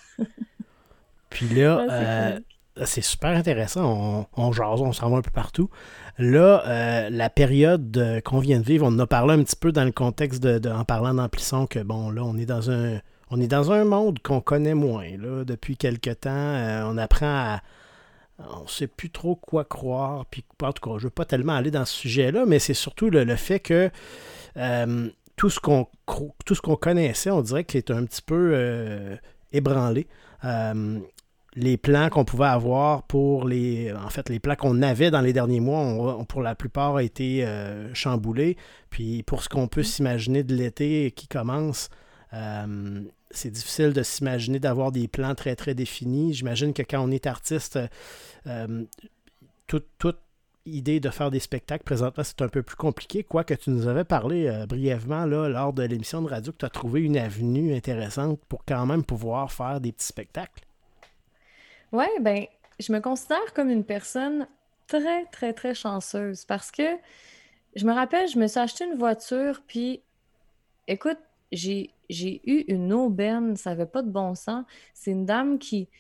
Puis là, c'est super intéressant. On jase, on s'en va un peu partout. Là, la période qu'on vient de vivre, on en a parlé un petit peu dans le contexte en parlant d'Amplisson que, bon, là, on est dans un monde qu'on connaît moins. Là, depuis quelque temps, on apprend on ne sait plus trop quoi croire. Puis, en tout cas, je ne veux pas tellement aller dans ce sujet-là, mais c'est surtout le fait que tout ce qu'on connaissait, on dirait qu'il est un petit peu ébranlé. Les plans qu'on pouvait avoir les plans qu'on avait dans les derniers mois ont pour la plupart été chamboulés. Puis pour ce qu'on peut s'imaginer de l'été qui commence, c'est difficile de s'imaginer d'avoir des plans très très définis. J'imagine que quand on est artiste, tout idée de faire des spectacles. Présentement, c'est un peu plus compliqué, quoique tu nous avais parlé brièvement là, lors de l'émission de radio que tu as trouvé une avenue intéressante pour quand même pouvoir faire des petits spectacles.
Ouais, ben, je me considère comme une personne très, très, très chanceuse parce que je me rappelle, je me suis acheté une voiture, puis écoute, j'ai eu une aubaine, ça n'avait pas de bon sens. C'est une dame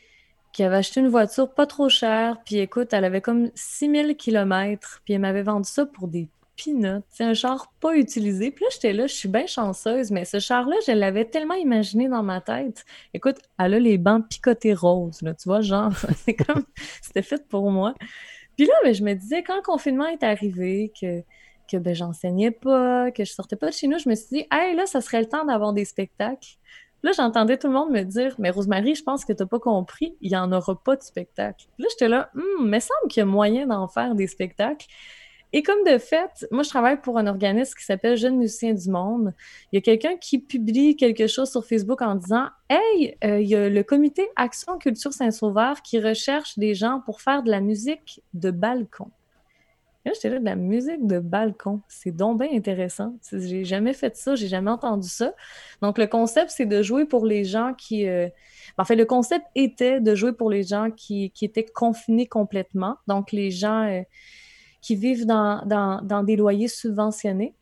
qui avait acheté une voiture pas trop chère, puis écoute, elle avait comme 6 000 kilomètres, puis elle m'avait vendu ça pour des peanuts. C'est un char pas utilisé. Puis là, j'étais là, je suis bien chanceuse, mais ce char-là, je l'avais tellement imaginé dans ma tête. Écoute, elle a les bancs picotés roses, là, tu vois, genre, c'est comme, c'était fait pour moi. Puis là, ben, je me disais, quand le confinement est arrivé, que ben, j'enseignais pas, que je sortais pas de chez nous, je me suis dit, hey, là, ça serait le temps d'avoir des spectacles. Là, j'entendais tout le monde me dire, mais Rosemary, je pense que t'as pas compris, il y en aura pas de spectacle. Puis là, j'étais là, mais semble qu'il y a moyen d'en faire des spectacles. Et comme de fait, moi, je travaille pour un organisme qui s'appelle Jeunes musiciens du monde. Il y a quelqu'un qui publie quelque chose sur Facebook en disant, hey, il y a le comité Action Culture Saint-Sauveur qui recherche des gens pour faire de la musique de balcon. Là, j'étais là, de la musique de balcon. C'est donc bien intéressant. J'ai jamais fait ça, j'ai jamais entendu ça. Donc, le concept, c'est de jouer pour les gens qui... En fait, le concept était de jouer pour les gens qui étaient confinés complètement. Donc, les gens qui vivent dans des loyers subventionnés,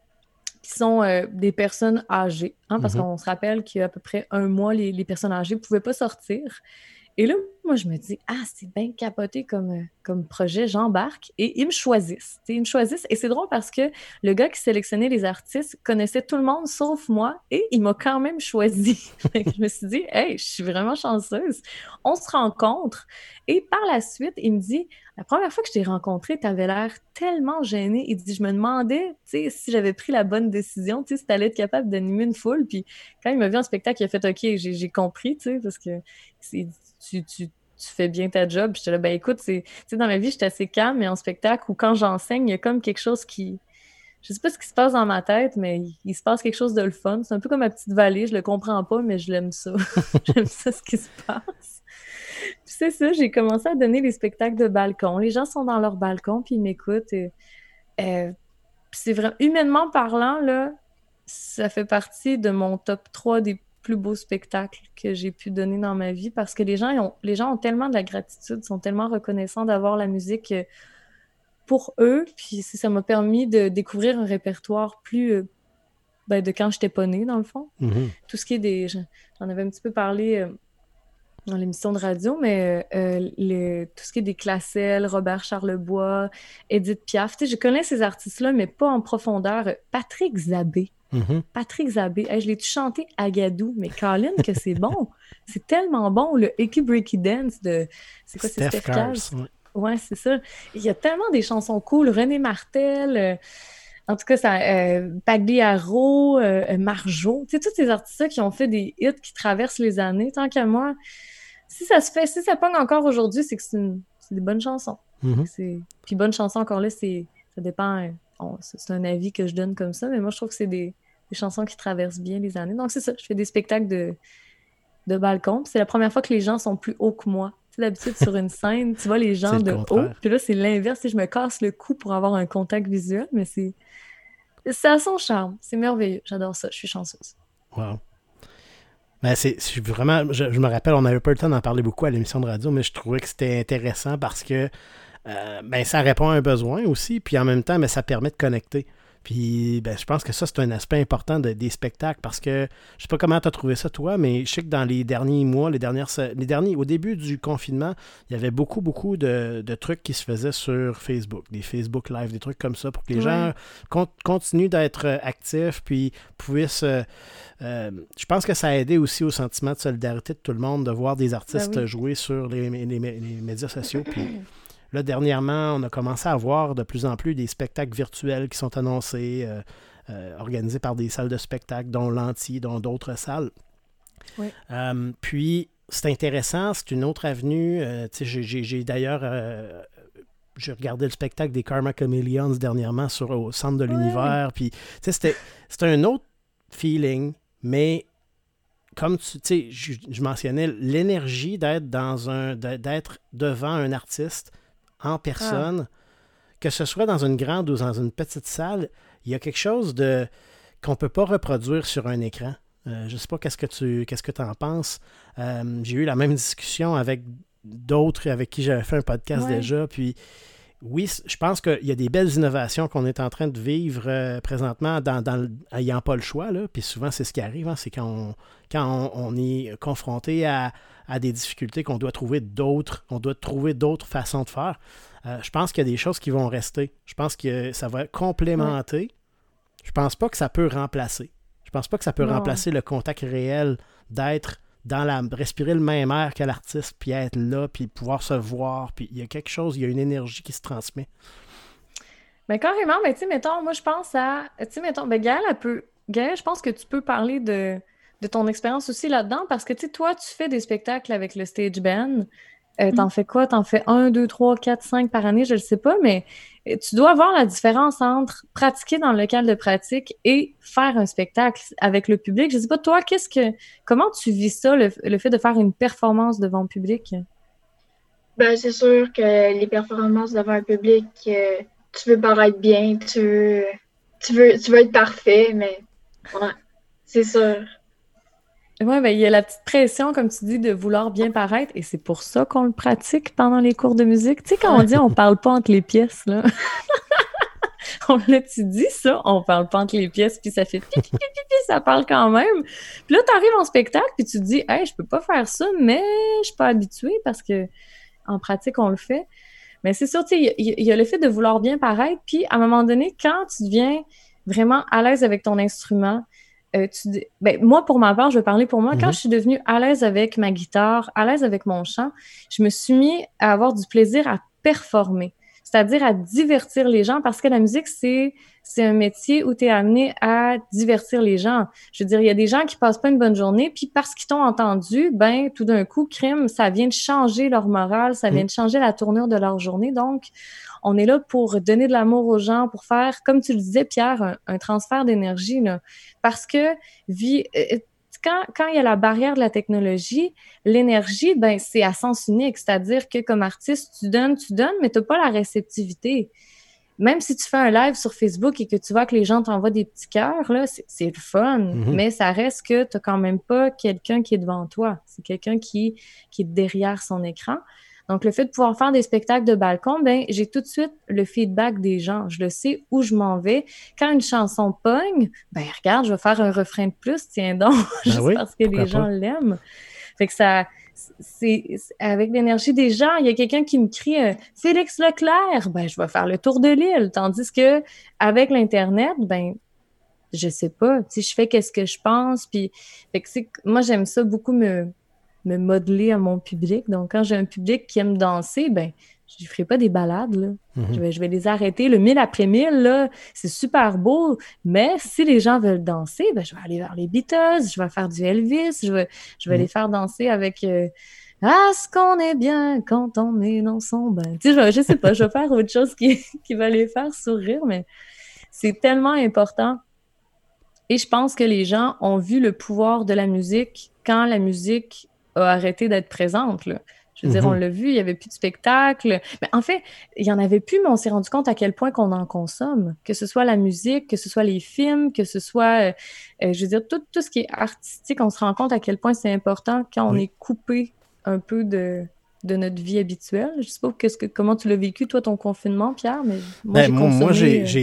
qui sont des personnes âgées. Hein, parce qu'on se rappelle qu'il y a à peu près 1 mois, les personnes âgées ne pouvaient pas sortir. Et là, moi, je me dis, c'est bien capoté comme projet, j'embarque. Et ils me choisissent. Ils me choisissent. Et c'est drôle parce que le gars qui sélectionnait les artistes connaissait tout le monde sauf moi et il m'a quand même choisi. Je me suis dit, hey, je suis vraiment chanceuse. On se rencontre. Et par la suite, il me dit, la première fois que je t'ai rencontré, tu avais l'air tellement gênée. Il dit, je me demandais si j'avais pris la bonne décision, si tu allais être capable d'animer une foule. Puis quand il m'a vu en spectacle, il a fait, OK, j'ai compris, parce que tu fais bien ta job. J'étais là, ben écoute, dans la vie, j'étais assez calme, mais en spectacle ou quand j'enseigne, il y a comme quelque chose qui... Je sais pas ce qui se passe dans ma tête, mais il se passe quelque chose de le fun. C'est un peu comme ma petite vallée, je le comprends pas, mais je l'aime ça. J'aime ça, ce qui se passe. Puis c'est ça, j'ai commencé à donner des spectacles de balcon. Les gens sont dans leur balcon, puis ils m'écoutent. C'est vraiment... Humainement parlant, là, ça fait partie de mon top 3 des plus beaux spectacles que j'ai pu donner dans ma vie parce que les gens ont tellement de la gratitude, sont tellement reconnaissants d'avoir la musique pour eux. Puis ça m'a permis de découvrir un répertoire plus de quand j'étais pas née, dans le fond. Tout ce qui est j'en avais un petit peu parlé dans l'émission de radio, mais tout ce qui est des Classel, Robert Charlebois, Édith Piaf, je connais ces artistes-là, mais pas en profondeur. Patrick Zabé. Patrick Zabé. Hey, je l'ai chanté à Gadou, mais Colin, que c'est bon. C'est tellement bon, le Icky Breaky Dance de... C'est quoi, c'est Steph Cars? Ouais, c'est ça. Il y a tellement des chansons cool. René Martel, en tout cas, Pagliaro, Marjo. Tu sais, tous ces artistes-là qui ont fait des hits qui traversent les années, tant qu'à moi... Si ça pogne encore aujourd'hui, c'est que c'est des bonnes chansons. Puis bonnes chansons, encore là, ça dépend... c'est un avis que je donne comme ça, mais moi, je trouve que c'est des chansons qui traversent bien les années. Donc, c'est ça. Je fais des spectacles de balcon. Puis c'est la première fois que les gens sont plus hauts que moi. Tu sais, d'habitude, sur une scène, tu vois les gens de haut. Puis là, c'est l'inverse. Je me casse le cou pour avoir un contact visuel, mais ça a son charme. C'est merveilleux. J'adore ça. Je suis chanceuse.
Wow. Ben je vraiment... Je me rappelle, on n'avait pas eu le temps d'en parler beaucoup à l'émission de radio, mais je trouvais que c'était intéressant parce que ça répond à un besoin aussi, puis en même temps, ça permet de connecter. Puis je pense que ça, c'est un aspect important des spectacles parce que je sais pas comment tu as trouvé ça toi, mais je sais que dans les derniers mois, au début du confinement, il y avait beaucoup de trucs qui se faisaient sur Facebook, des Facebook Live, des trucs comme ça pour que les gens continuent d'être actifs puis puissent... je pense que ça a aidé aussi au sentiment de solidarité de tout le monde de voir des artistes jouer sur les médias sociaux. Puis là, dernièrement, on a commencé à voir de plus en plus des spectacles virtuels qui sont annoncés, organisés par des salles de spectacle, dont l'Anti, dont d'autres salles.
Oui.
Puis, c'est intéressant, c'est une autre avenue. J'ai d'ailleurs... j'ai regardé le spectacle des Karma Chameleons dernièrement au Centre de l'Univers. Puis, c'était un autre feeling, mais comme je mentionnais, l'énergie d'être devant un artiste en personne que ce soit dans une grande ou dans une petite salle, il y a quelque chose qu'on ne peut pas reproduire sur un écran. Je ne sais pas qu'est-ce que tu en penses. J'ai eu la même discussion avec d'autres avec qui j'avais fait un podcast déjà, puis oui, je pense qu'il y a des belles innovations qu'on est en train de vivre présentement ayant pas le choix, là. Puis souvent, c'est ce qui arrive, hein, c'est quand on est confronté à des difficultés qu'on doit trouver d'autres façons de faire. Je pense qu'il y a des choses qui vont rester. Je pense que ça va complémenter. Ouais. Je pense pas que ça peut remplacer. Je pense pas que ça peut remplacer le contact réel d'être respirer le même air que l'artiste, puis être là, puis pouvoir se voir, puis il y a quelque chose, il y a une énergie qui se transmet.
Ben carrément, ben tu sais, mettons, moi je pense à, tu sais, mettons, ben Gaëlle, je pense que tu peux parler de ton expérience aussi là-dedans, parce que tu sais, toi, tu fais des spectacles avec le Stage Band. T'en fais quoi? T'en fais 1, 2, 3, 4, 5 par année, je le sais pas, mais tu dois voir la différence entre pratiquer dans le local de pratique et faire un spectacle avec le public. Je sais pas, toi, comment tu vis ça, le fait de faire une performance devant le public?
Ben, c'est sûr que les performances devant un public, tu veux paraître bien, tu veux être parfait, mais ouais, c'est sûr.
Oui, ben, il y a la petite pression, comme tu dis, de vouloir bien paraître, et c'est pour ça qu'on le pratique pendant les cours de musique. Tu sais, quand on dit on parle pas entre les pièces, là. Tu dis ça, on parle pas entre les pièces, puis ça fait pipi, ça parle quand même. Puis là, t'arrives en spectacle, puis tu te dis, hey, je peux pas faire ça, mais je suis pas habituée parce que en pratique, on le fait. Mais c'est sûr, tu sais, il y a le fait de vouloir bien paraître, puis à un moment donné, quand tu deviens vraiment à l'aise avec ton instrument, moi, pour ma part, je vais parler pour moi. Quand je suis devenue à l'aise avec ma guitare, à l'aise avec mon chant, je me suis mis à avoir du plaisir à performer, c'est-à-dire à divertir les gens, parce que la musique, c'est un métier où tu es amené à divertir les gens. Je veux dire, il y a des gens qui passent pas une bonne journée, puis parce qu'ils t'ont entendu, ben tout d'un coup, ça vient de changer leur morale, ça vient de changer la tournure de leur journée. Donc, on est là pour donner de l'amour aux gens, pour faire, comme tu le disais, Pierre, un transfert d'énergie, là. Parce que quand il y a la barrière de la technologie, l'énergie, ben c'est à sens unique. C'est-à-dire que comme artiste, tu donnes, mais tu n'as pas la réceptivité. Même si tu fais un live sur Facebook et que tu vois que les gens t'envoient des petits cœurs, là, c'est le fun, mais ça reste que tu n'as quand même pas quelqu'un qui est devant toi. C'est quelqu'un qui est derrière son écran. Donc, le fait de pouvoir faire des spectacles de balcon, ben j'ai tout de suite le feedback des gens. Je le sais où je m'en vais. Quand une chanson pogne, ben regarde, je vais faire un refrain de plus, tiens donc, juste parce que les gens l'aiment. Fait que c'est avec l'énergie des gens. Il y a quelqu'un qui me crie « Félix Leclerc », ben je vais faire le tour de l'île. Tandis que avec l'Internet, ben je sais pas, tu sais, je fais qu'est-ce que je pense. Puis, fait que moi, j'aime ça beaucoup me modeler à mon public. Donc, quand j'ai un public qui aime danser, ben je ne ferai pas des balades, là. Je vais les arrêter. Le 1000 après 1000, là, c'est super beau, mais si les gens veulent danser, ben je vais aller vers les Beatles, je vais faire du Elvis, je vais les faire danser avec « Ah, ce qu'on est bien quand on est dans son bain ». Tu sais, je sais pas, je vais faire autre chose qui va les faire sourire, mais c'est tellement important. Et je pense que les gens ont vu le pouvoir de la musique quand la musique a arrêté d'être présente, là. Je veux dire, on l'a vu, il n'y avait plus de spectacle. Mais en fait, il n'y en avait plus, mais on s'est rendu compte à quel point qu'on en consomme. Que ce soit la musique, que ce soit les films, que ce soit, je veux dire, tout ce qui est artistique, on se rend compte à quel point c'est important quand on est coupé un peu de notre vie habituelle. Je sais pas comment tu l'as vécu, toi, ton confinement, Pierre, mais moi,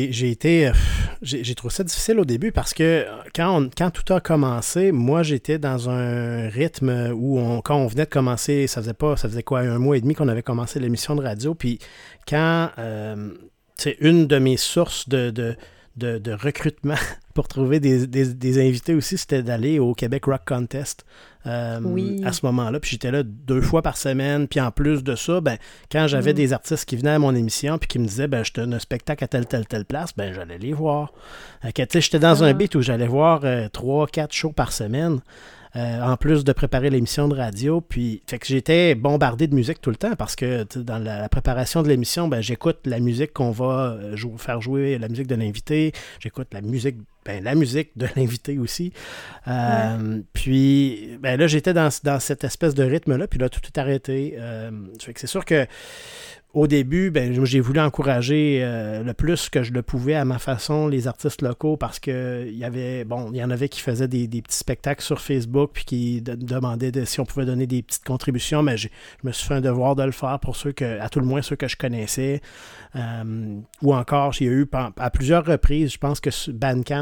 j'ai trouvé ça difficile au début parce que quand tout a commencé, moi, j'étais dans un rythme où quand on venait de commencer, ça faisait quoi, 1 mois et demi qu'on avait commencé l'émission de radio, puis quand, c'est une de mes sources de recrutement pour trouver des invités aussi, c'était d'aller au Québec Rock Contest à ce moment-là. Puis j'étais là 2 fois par semaine. Puis en plus de ça, ben, quand j'avais des artistes qui venaient à mon émission puis qui me disaient ben, je te donne un spectacle à telle place, ben j'allais les voir. J'étais dans un beat où j'allais voir 3-4 shows par semaine. En plus de préparer l'émission de radio, puis fait que j'étais bombardé de musique tout le temps parce que dans la préparation de l'émission, ben, j'écoute la musique qu'on va faire jouer, la musique de l'invité, j'écoute la musique de l'invité aussi. Puis ben là, j'étais dans cette espèce de rythme-là, puis là, tout est arrêté. Fait que c'est sûr que au début, ben, j'ai voulu encourager le plus que je le pouvais à ma façon les artistes locaux parce que il y en avait qui faisaient des petits spectacles sur Facebook puis qui demandaient si on pouvait donner des petites contributions, mais je me suis fait un devoir de le faire pour à tout le moins ceux que je connaissais. Ou encore, il y a eu à plusieurs reprises, je pense que Bandcamp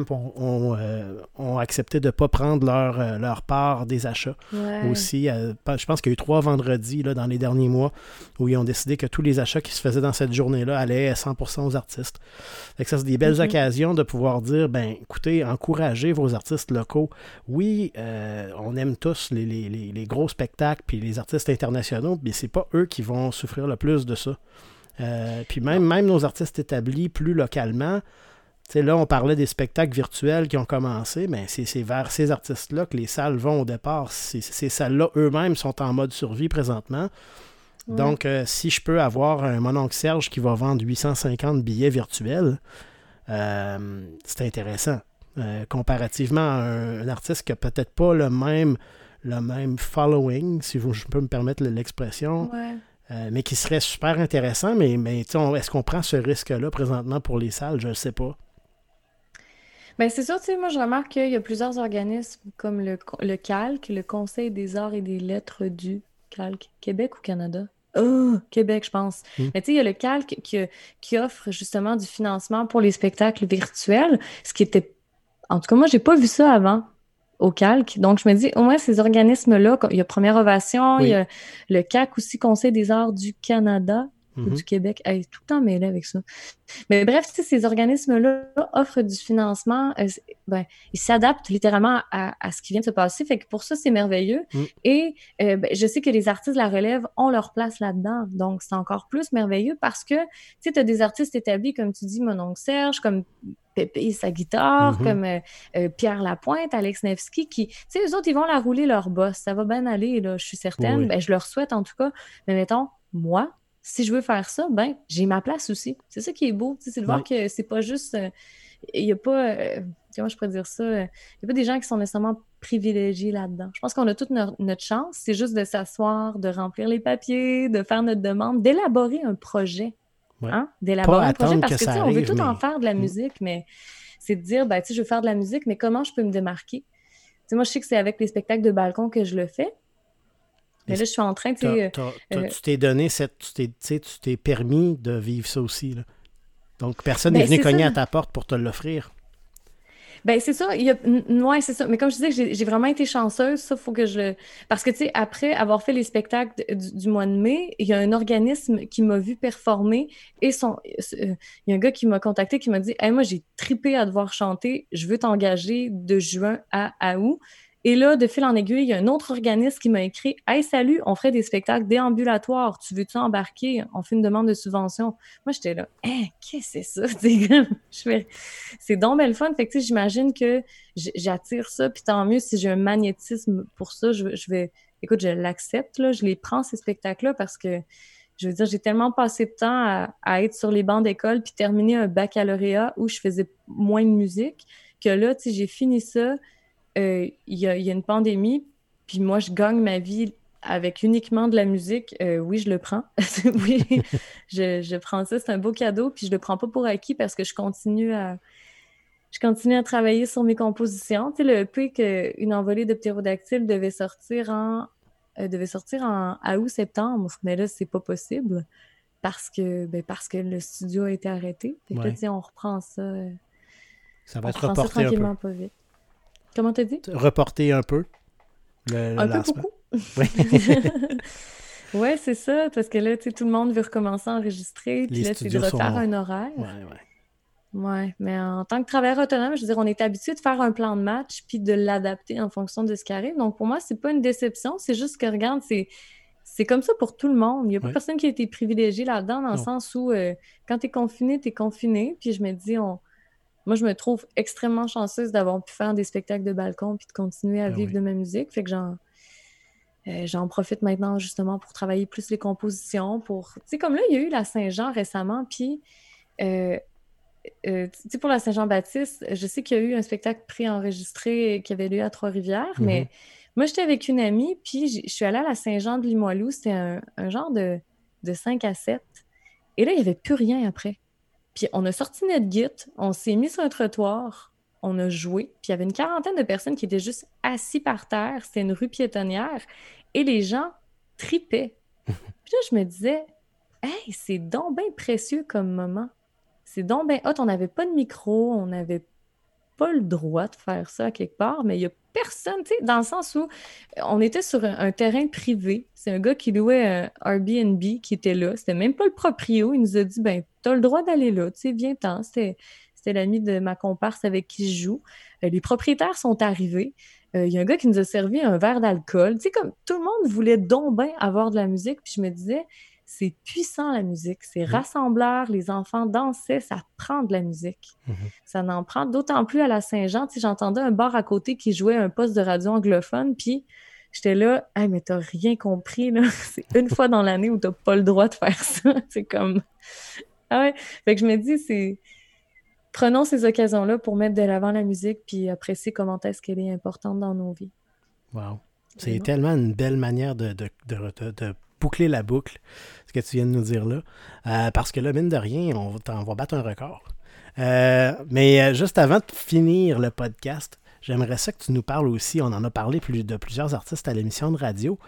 ont accepté de ne pas prendre leur part des achats.
Ouais.
Aussi, je pense qu'il y a eu 3 vendredis là, dans les derniers mois où ils ont décidé que tous les achats qui se faisaient dans cette journée-là allaient 100% aux artistes. Fait que ça, c'est des belles occasions de pouvoir dire, ben écoutez, encouragez vos artistes locaux. Oui, on aime tous les gros spectacles puis les artistes internationaux, mais c'est pas eux qui vont souffrir le plus de ça. Puis même nos artistes établis plus localement, là, on parlait des spectacles virtuels qui ont commencé, mais c'est vers ces artistes-là que les salles vont au départ. Ces salles-là, eux-mêmes, sont en mode survie présentement. Ouais. Donc, si je peux avoir un mononcle Serge qui va vendre 850 billets virtuels, c'est intéressant. Comparativement à un artiste qui n'a peut-être pas le même following, si je peux me permettre l'expression.
Ouais.
Mais qui serait super intéressant, mais est-ce qu'on prend ce risque-là présentement pour les salles? Je ne sais pas.
Bien, c'est sûr, moi je remarque qu'il y a plusieurs organismes comme le CALC, le Conseil des arts et des lettres du CALC, Québec ou Canada? Québec, je pense. Mais tu sais, il y a le CALC qui offre justement du financement pour les spectacles virtuels, ce qui était... En tout cas, moi, j'ai pas vu ça avant. Au CALC. Donc, je me dis, au moins, ces organismes-là, il y a Première Ovation, il y a le CAC aussi, Conseil des arts du Canada ou du Québec. Tout le temps mêlé avec ça. Mais bref, ces organismes-là offrent du financement. Ils s'adaptent littéralement à ce qui vient de se passer. Fait que pour ça, c'est merveilleux. Et je sais que les artistes de la relève ont leur place là-dedans. Donc, c'est encore plus merveilleux parce que, tu as des artistes établis, comme tu dis, mon oncle Serge, comme Pépé sa guitare, comme Pierre Lapointe, Alex Nevsky, qui, tu sais, eux autres, ils vont la rouler leur boss. Ça va bien aller, là, je suis certaine. Oui. Je leur souhaite, en tout cas. Mais mettons, moi, si je veux faire ça, j'ai ma place aussi. C'est ça qui est beau, c'est de voir que c'est pas juste... Il n'y a pas... comment je pourrais dire ça? Il n'y a pas des gens qui sont nécessairement privilégiés là-dedans. Je pense qu'on a toute notre chance. C'est juste de s'asseoir, de remplir les papiers, de faire notre demande, d'élaborer un projet. Ouais. Hein? D'élaborer un projet, parce que on veut tout en faire de la musique, mais c'est de dire, je veux faire de la musique, mais comment je peux me démarquer? Moi, je sais que c'est avec les spectacles de balcon que je le fais, mais là, je suis en train de...
tu t'es donné tu t'es permis de vivre ça aussi, là. Donc, personne n'est venu cogner à ta porte pour te l'offrir.
Ben c'est ça, ouais, c'est ça. Mais comme je disais, j'ai vraiment été chanceuse, ça, faut que je le... Parce que, tu sais, après avoir fait les spectacles du mois de mai, il y a un organisme qui m'a vu performer et il y a un gars qui m'a contacté qui m'a dit « Hey, moi, j'ai trippé à devoir chanter, je veux t'engager de juin à août. » Et là, de fil en aiguille, il y a un autre organisme qui m'a écrit « Hey, salut, on ferait des spectacles déambulatoires. Tu veux-tu embarquer? On fait une demande de subvention. » Moi, j'étais là « Hein, qu'est-ce que c'est ça? » C'est donc belle fun. Fait que, tu sais, j'imagine que j'attire ça. Puis tant mieux si j'ai un magnétisme pour ça. Je vais... Écoute, je l'accepte, là. Je les prends, ces spectacles-là, parce que, je veux dire, j'ai tellement passé de temps à être sur les bancs d'école puis terminer un baccalauréat où je faisais moins de musique que là, tu sais, j'ai fini ça. Il y a une pandémie, puis moi, je gagne ma vie avec uniquement de la musique. Oui, je le prends. Oui, je prends ça. C'est un beau cadeau, puis je le prends pas pour acquis parce que je continue à travailler sur mes compositions. Tu sais, le EP qu'une envolée de ptérodactyles devait sortir en août-septembre, mais là, c'est pas possible parce que le studio a été arrêté. Fait que là, tu sais, on reprend ça.
Ça va être reporté
tranquillement,
un peu.
Pas vite. Comment t'as dit?
Reporter un peu le lancement.
Peu beaucoup. Ouais, c'est ça, parce que là, tu sais, tout le monde veut recommencer à enregistrer, puis là, c'est de refaire un horaire. Ouais, mais en tant que travailleur autonome, je veux dire, on est habitué de faire un plan de match puis de l'adapter en fonction de ce qui arrive. Donc, pour moi, c'est pas une déception, c'est juste que, regarde, c'est comme ça pour tout le monde. Il n'y a pas personne qui a été privilégié là-dedans, dans le sens où, quand t'es confiné, puis je me dis, moi, je me trouve extrêmement chanceuse d'avoir pu faire des spectacles de balcon puis de continuer à vivre de ma musique. Fait que j'en profite maintenant, justement, pour travailler plus les compositions. Tu sais, comme là, il y a eu la Saint-Jean récemment, puis, tu sais, pour la Saint-Jean-Baptiste, je sais qu'il y a eu un spectacle préenregistré qui avait lieu à Trois-Rivières, mais moi, j'étais avec une amie, puis je suis allée à la Saint-Jean de Limoilou. C'était un genre de 5 à 7. Et là, il n'y avait plus rien après. Puis on a sorti notre git, on s'est mis sur un trottoir, on a joué, puis il y avait une quarantaine de personnes qui étaient juste assis par terre, c'était une rue piétonnière, et les gens tripaient. Puis là, je me disais, hey, c'est donc bien précieux comme moment. C'est donc bien hot, on n'avait pas de micro, on n'avait pas le droit de faire ça quelque part, mais il n'y a personne, tu sais, dans le sens où on était sur un terrain privé. C'est un gars qui louait un Airbnb qui était là. C'était même pas le proprio. Il nous a dit, ben, t'as le droit d'aller là, tu sais, viens-t'en. C'était l'ami de ma comparse avec qui je joue. Les propriétaires sont arrivés. Il y a un gars qui nous a servi un verre d'alcool. Tu sais, comme tout le monde voulait donc bien avoir de la musique. Puis je me disais, c'est puissant la musique, c'est rassembleur, les enfants dansaient, ça prend de la musique. Ça n'en prend d'autant plus à la Saint-Jean. Tu sais, j'entendais un bar à côté qui jouait un poste de radio anglophone, puis j'étais là, hey, mais t'as rien compris, là. C'est une fois dans l'année où t'as pas le droit de faire ça. C'est comme... Ah ouais. Fait que je me dis, prenons ces occasions-là pour mettre de l'avant la musique, puis apprécier comment est-ce qu'elle est importante dans nos vies.
Wow. C'est tellement une belle manière de boucler la boucle, ce que tu viens de nous dire là. Parce que là, mine de rien, on va battre un record. Mais juste avant de finir le podcast, j'aimerais ça que tu nous parles aussi, on en a parlé de plusieurs artistes à l'émission de radio,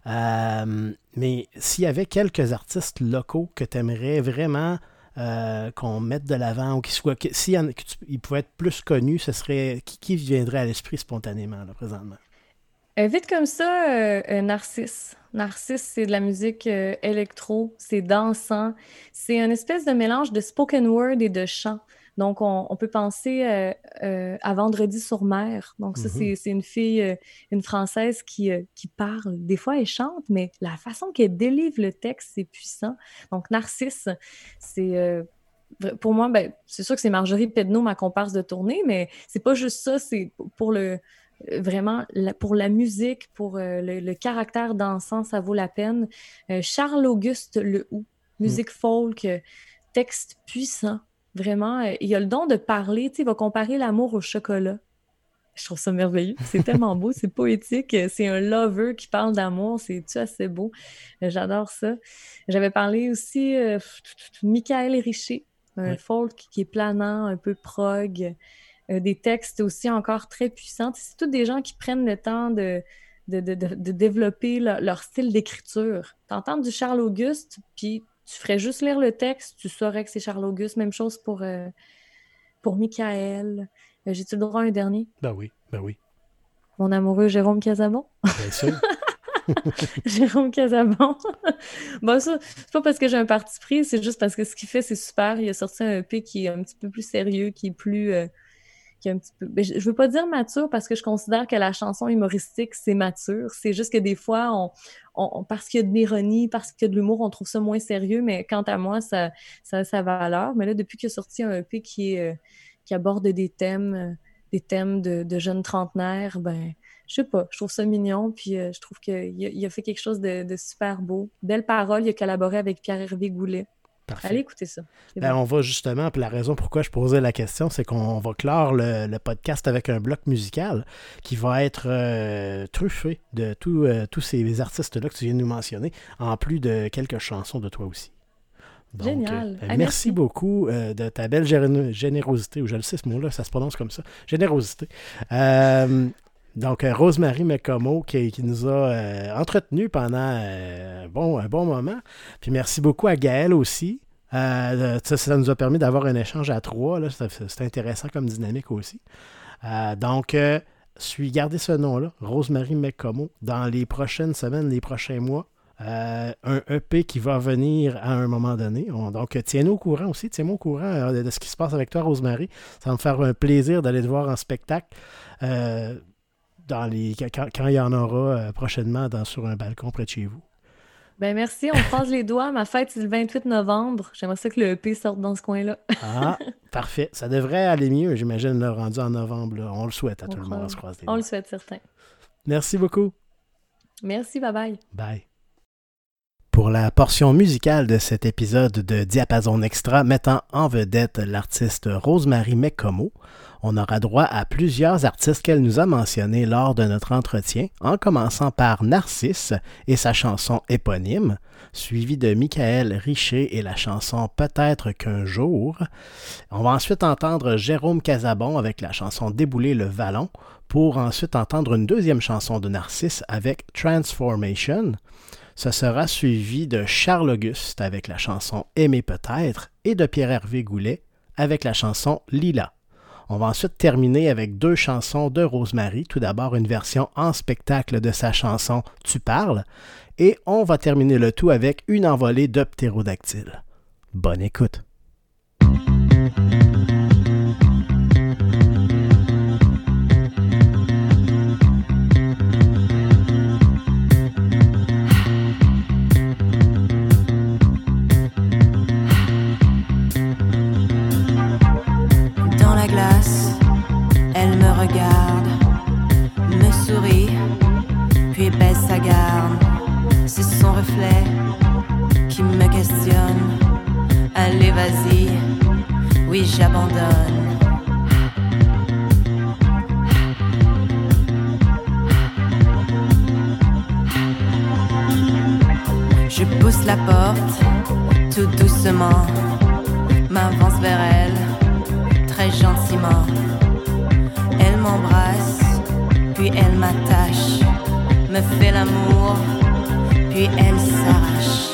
mais s'il y avait quelques artistes locaux que tu aimerais vraiment qu'on mette de l'avant, ou qu'ils pouvaient être plus connus, ce serait qui viendrait à l'esprit spontanément là, présentement?
Vite comme ça, Narcisse. Narcisse, c'est de la musique électro, c'est dansant. C'est une espèce de mélange de spoken word et de chant. Donc, on peut penser à Vendredi sur mer. Donc, ça, c'est une fille, une Française qui parle. Des fois, elle chante, mais la façon qu'elle délivre le texte, c'est puissant. Donc, Narcisse, c'est... pour moi, ben, c'est sûr que c'est Marjorie Pedneau, ma comparse de tournée, mais c'est pas juste ça, c'est pour vraiment, pour la musique, pour le caractère dansant, ça vaut la peine. Charles-Auguste Lehoux, musique folk, texte puissant, vraiment. Il a le don de parler, tu sais, il va comparer l'amour au chocolat. Je trouve ça merveilleux, c'est tellement beau, c'est poétique, c'est un lover qui parle d'amour, c'est-tu assez beau? J'adore ça. J'avais parlé aussi Michael Richer, un folk qui est planant, un peu prog, des textes aussi encore très puissants. C'est tous des gens qui prennent le temps de développer leur style d'écriture. T'entends du Charles-Auguste, puis tu ferais juste lire le texte, tu saurais que c'est Charles-Auguste. Même chose pour Michael. J'ai-tu le droit à un dernier?
Ben oui.
Mon amoureux Jérôme Casabon.
Bien sûr.
Jérôme Casabon. Bon, ça, c'est pas parce que j'ai un parti pris, c'est juste parce que ce qu'il fait, c'est super. Il a sorti un EP qui est un petit peu plus sérieux, qui est plus... qui est un petit peu... Je veux pas dire mature parce que je considère que la chanson humoristique, c'est mature. C'est juste que des fois, parce qu'il y a de l'ironie, parce qu'il y a de l'humour, on trouve ça moins sérieux, mais quant à moi, ça a sa valeur. Mais là, depuis qu'il a sorti un EP qui aborde des thèmes de jeunes trentenaires, ben, je sais pas, je trouve ça mignon, puis je trouve qu'il a fait quelque chose de super beau. Belle parole, il a collaboré avec Pierre-Hervé Goulet. Parfait. Allez écouter ça.
On va justement, puis la raison pourquoi je posais la question, c'est qu'on va clore le podcast avec un bloc musical qui va être truffé de tous ces artistes-là que tu viens de nous mentionner, en plus de quelques chansons de toi aussi. Donc,
génial.
merci beaucoup de ta belle générosité, ou je le sais ce mot-là, ça se prononce comme ça, générosité. Donc, Rosemary McComo qui nous a entretenus pendant un bon moment. Puis merci beaucoup à Gaël aussi. Ça nous a permis d'avoir un échange à trois. Là. C'est intéressant comme dynamique aussi. Donc, gardez ce nom-là, Rosemary McComo, dans les prochaines semaines, les prochains mois. Un EP qui va venir à un moment donné. Donc, tiens-nous au courant aussi. Tiens-moi au courant de ce qui se passe avec toi, Rosemary. Ça va me faire un plaisir d'aller te voir en spectacle quand il y en aura prochainement sur un balcon près de chez vous.
Ben merci, on croise les doigts. Ma fête, c'est le 28 novembre. J'aimerais ça que le EP sorte dans ce coin-là.
Ah, parfait. Ça devrait aller mieux, j'imagine, le rendu en novembre. Là. On le souhaite à tout le monde. On se croise les doigts.
On le souhaite, certain.
Merci beaucoup.
Merci, bye-bye.
Bye. Pour la portion musicale de cet épisode de Diapason Extra mettant en vedette l'artiste Rosemary McComeau, on aura droit à plusieurs artistes qu'elle nous a mentionnés lors de notre entretien, en commençant par Narcisse et sa chanson éponyme, suivi de Michael Richer et la chanson Peut-être qu'un jour. On va ensuite entendre Jérôme Casabon avec la chanson Débouler le Vallon, pour ensuite entendre une deuxième chanson de Narcisse avec Transformation. Ce sera suivi de Charles Auguste avec la chanson Aimer peut-être et de Pierre-Hervé Goulet avec la chanson Lila. On va ensuite terminer avec deux chansons de Rosemary. Tout d'abord, une version en spectacle de sa chanson Tu parles. Et on va terminer le tout avec une envolée de ptérodactyles. Bonne écoute!
Elle me regarde, me sourit, puis baisse sa garde. C'est son reflet qui me questionne. Allez, vas-y, oui, j'abandonne. Je pousse la porte, tout doucement, m'avance vers elle, très gentiment. Elle m'embrasse, puis elle m'attache, me fait l'amour, puis elle s'arrache.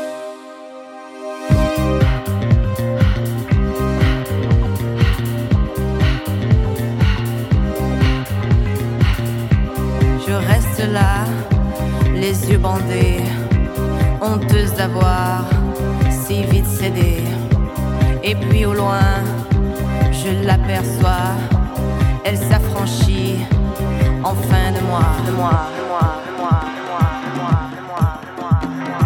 Je reste là, les yeux bandés, honteuse d'avoir si vite cédé. Et puis au loin, je l'aperçois. Elle s'affranchit enfin de moi, de moi, de moi, de moi, de moi, de moi, de moi,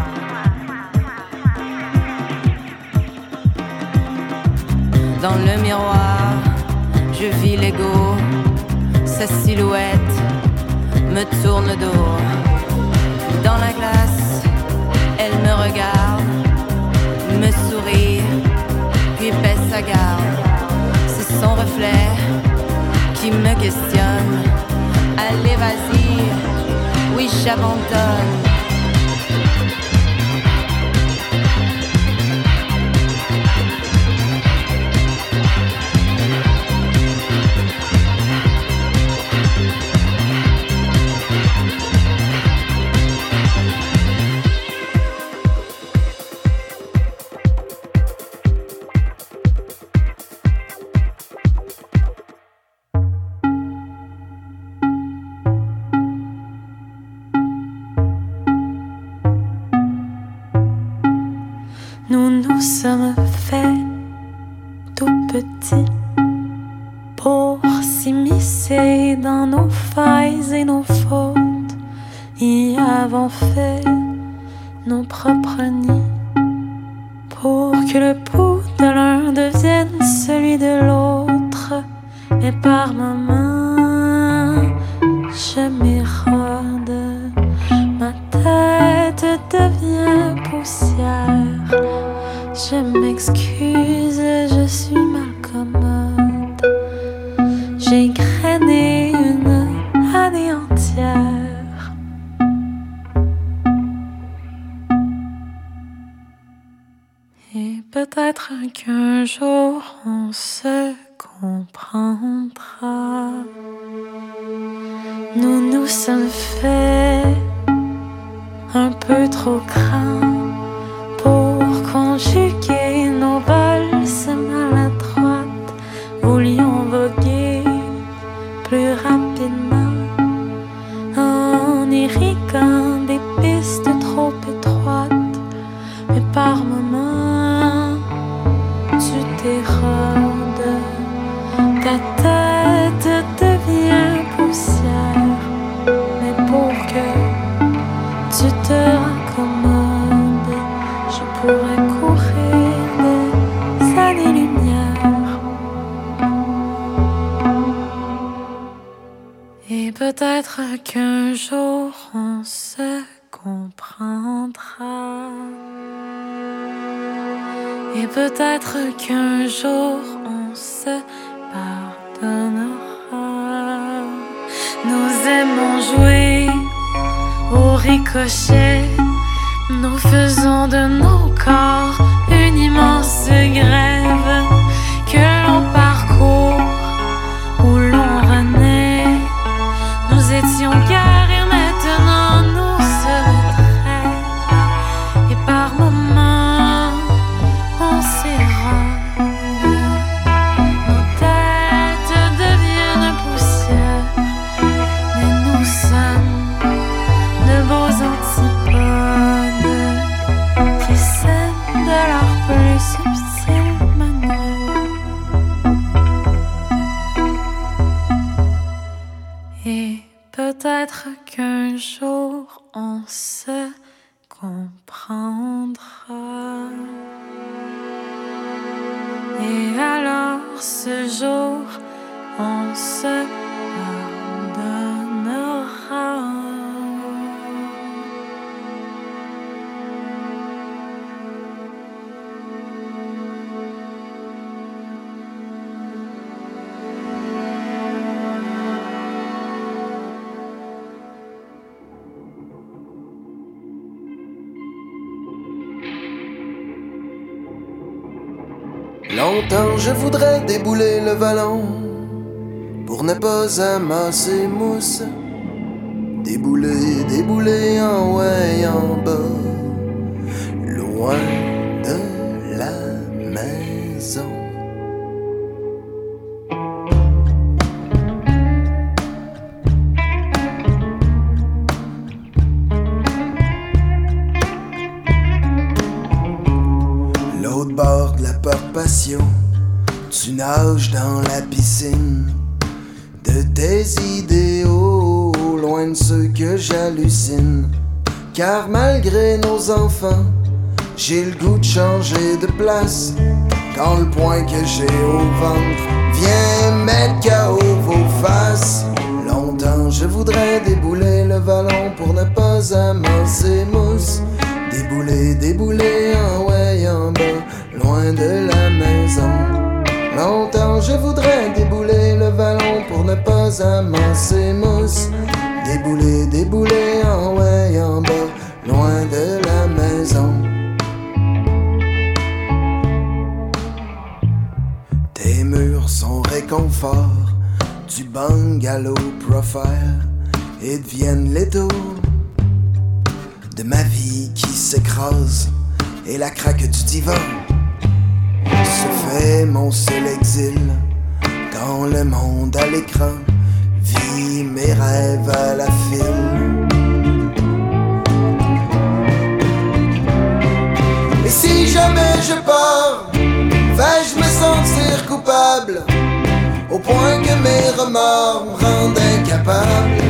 de moi. Dans le miroir, je vis l'ego, sa silhouette me tourne le dos. Dans la glace, elle me regarde, me sourit, puis baisse sa garde. C'est son reflet qui me questionne. Allez, vas-y, oui, j'abandonne. Nous sommes faits tout petits pour s'immiscer dans nos failles et nos fautes. Y avons fait nos propres nids pour que le pouls de l'un devienne celui de l'autre. Et par moments, je m'érode, ma tête devient poussière. Je m'excuse, je suis mal commode. J'ai grainé une année entière. Et peut-être qu'un jour on se comprendra. Nous nous sommes faits un peu trop grands pour conjuguer nos valses maladroites. Voulions voguer plus rapidement en irriguant des pistes trop étroites. Mais par moments, tu t'érodes, ta tête devient poussière. Mais pour que tu te raccommodes, je pourrais courir des années-lumière. Et peut-être qu'un jour on se comprendra. Et peut-être qu'un jour on se pardonnera. Nous aimons jouer au ricochet. Nous faisons de nos corps une immense grève que l'on parcourt, où l'on renaît. Nous étions guère et maintenant nous se retraite. Et par moments on s'érode. Nos têtes deviennent poussière. Mais nous sommes de beaux antipodes qui s'aiment de leur plus subtile manière. Et peut-être qu'un jour on se comprendra. Et alors ce jour on se pardonnera.
Longtemps je voudrais débouler le vallon pour ne pas amasser mousse. Débouler, débouler en haut et en bas, loin de la maison. L'autre bord de la porte-passion, tu nages dans la piscine de tes idéaux, loin de ceux que j'hallucine. Car malgré nos enfants, j'ai le goût de changer de place. Quand le point que j'ai au ventre vient mettre KO vos faces. Longtemps je voudrais débouler le vallon pour ne pas amasser mousse. Débouler, débouler en haut et en bas, loin de la maison. Longtemps je voudrais débouler le vallon pour ne pas amasser mousse. Débouler, débouler en haut et en bas, loin de la maison. Tes murs sont réconfort du bungalow profile et deviennent l'étau de ma vie qui s'écrase et la craque du divan se fait mon seul exil dans le monde à l'écran. Vis mes rêves à la file. Et si jamais je pars, vais-je me sentir coupable au point que mes remords me rendent incapable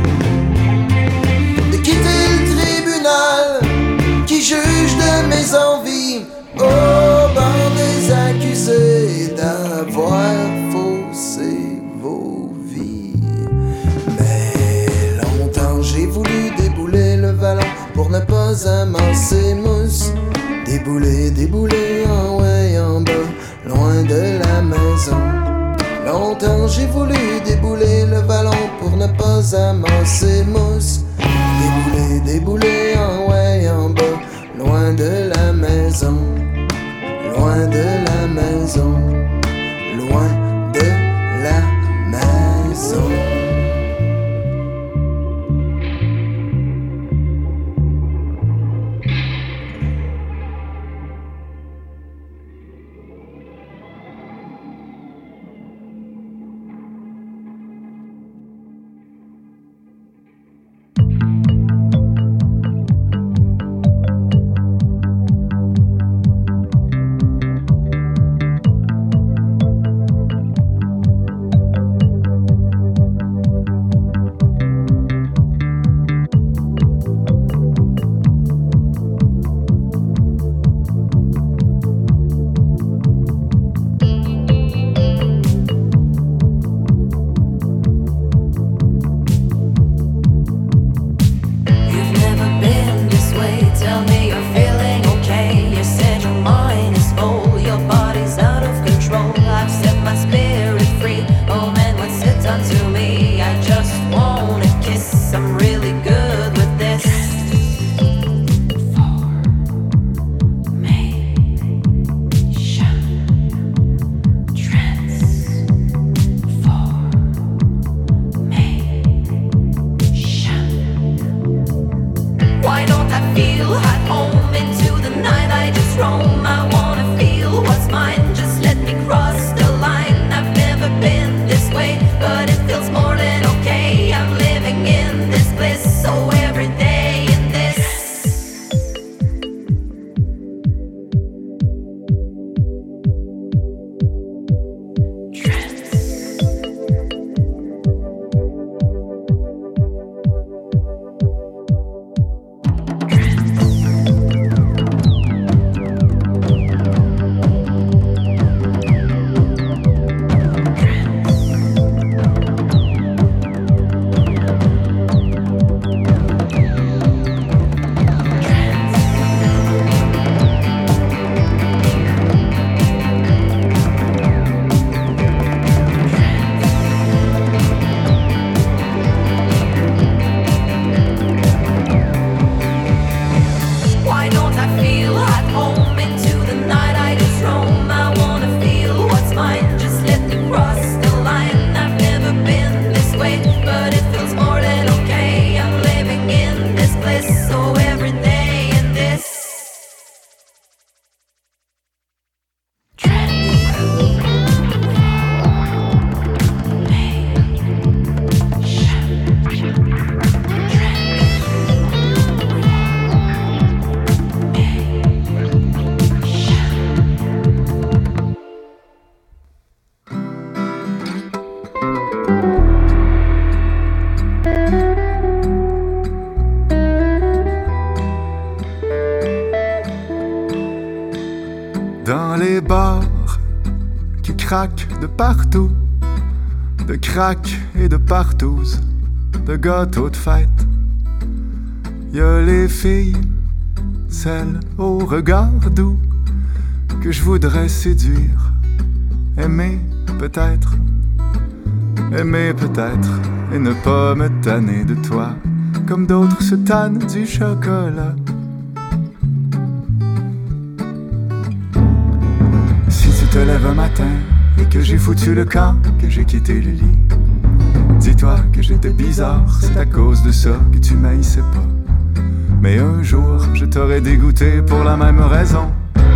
de quitter le tribunal qui juge de mes envies au banc des accusés d'avoir faussé vos vies. Mais longtemps j'ai voulu débouler le vallon pour ne pas amasser mousse. Débouler, débouler en haut et en bas, loin de la maison. Longtemps j'ai voulu débouler le vallon pour ne pas amasser mousse. Débouler, débouler en haut et en bas, loin de la maison. Loin de la maison. Loin de la maison.
craquent de partout, de crack et de partouze, de gâteaux de fête. Y'a les filles, celles au regard doux, que je voudrais séduire, aimer peut-être et ne pas me tanner de toi, comme d'autres se tannent du chocolat. Si tu te lèves un matin et que j'ai foutu le camp, que j'ai quitté le lit, dis-toi que j'étais bizarre, c'est à cause de ça que tu m'haïssais pas. Mais un jour, je t'aurais dégoûté pour la même raison.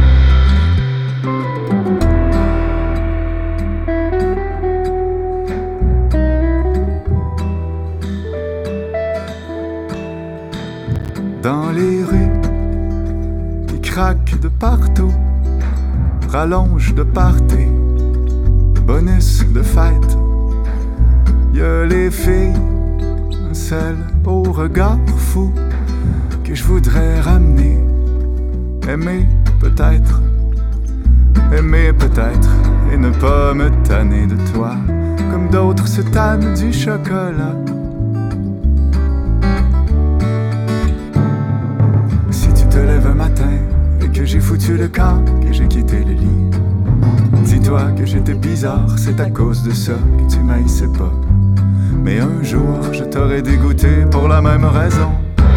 Dans les rues qui craquent de partout, rallonge de party, bonus de fête. Y'a les filles, celles au regard fou, que je voudrais ramener, aimer peut-être et ne pas me tanner de toi, comme d'autres se tannent du chocolat. Si tu te lèves un matin et que j'ai foutu le camp, que j'ai quitté le lit, dis-toi que j'étais bizarre, c'est à cause de ça que tu m'haïssais pas. Mais un jour, je t'aurais dégoûté pour la même raison.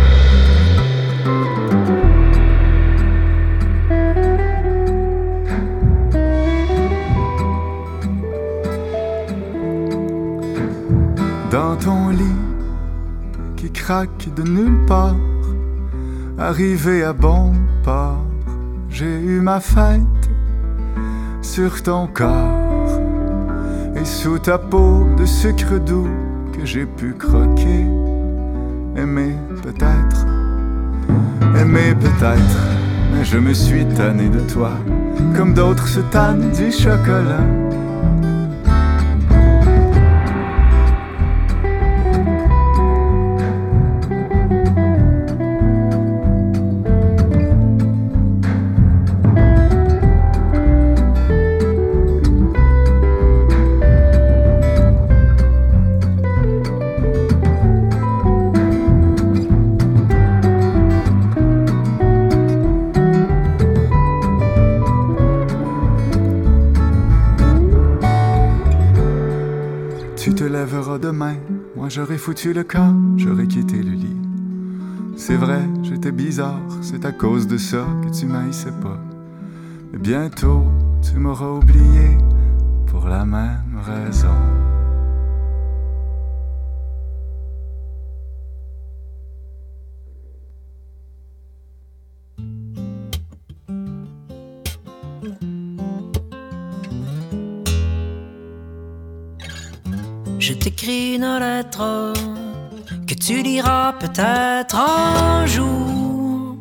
Dans ton lit qui craque de nulle part, arrivé à bon port, j'ai eu ma fête sur ton corps et sous ta peau de sucre doux que j'ai pu croquer. Aimer peut-être, mais je me suis tanné de toi, comme d'autres se tannent du chocolat. Demain, moi j'aurais foutu le camp, j'aurais quitté le lit. C'est vrai, j'étais bizarre, c'est à cause de ça que tu m'haïssais pas. Mais bientôt, tu m'auras oublié pour la même raison.
Je t'écris une lettre que tu liras peut-être un jour.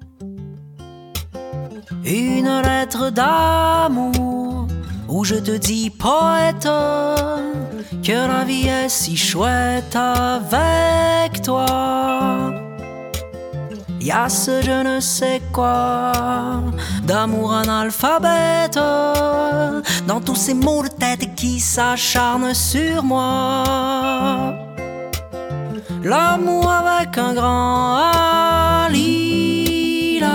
Une lettre d'amour où je te dis, poète, que la vie est si chouette avec toi. Y'a ce je ne sais quoi d'amour analphabète dans tous ces mots de tête qui s'acharnent sur moi. L'amour avec un grand A, lila,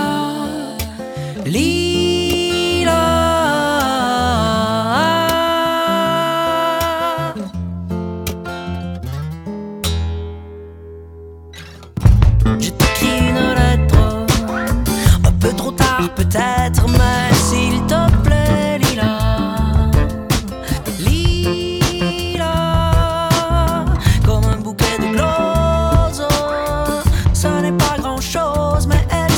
lila. Je t'écris une lettre un peu trop tard peut-être, mais s'il te plaît, lila, lila, comme un bouquet de gloses. Ce n'est pas grand-chose, mais elle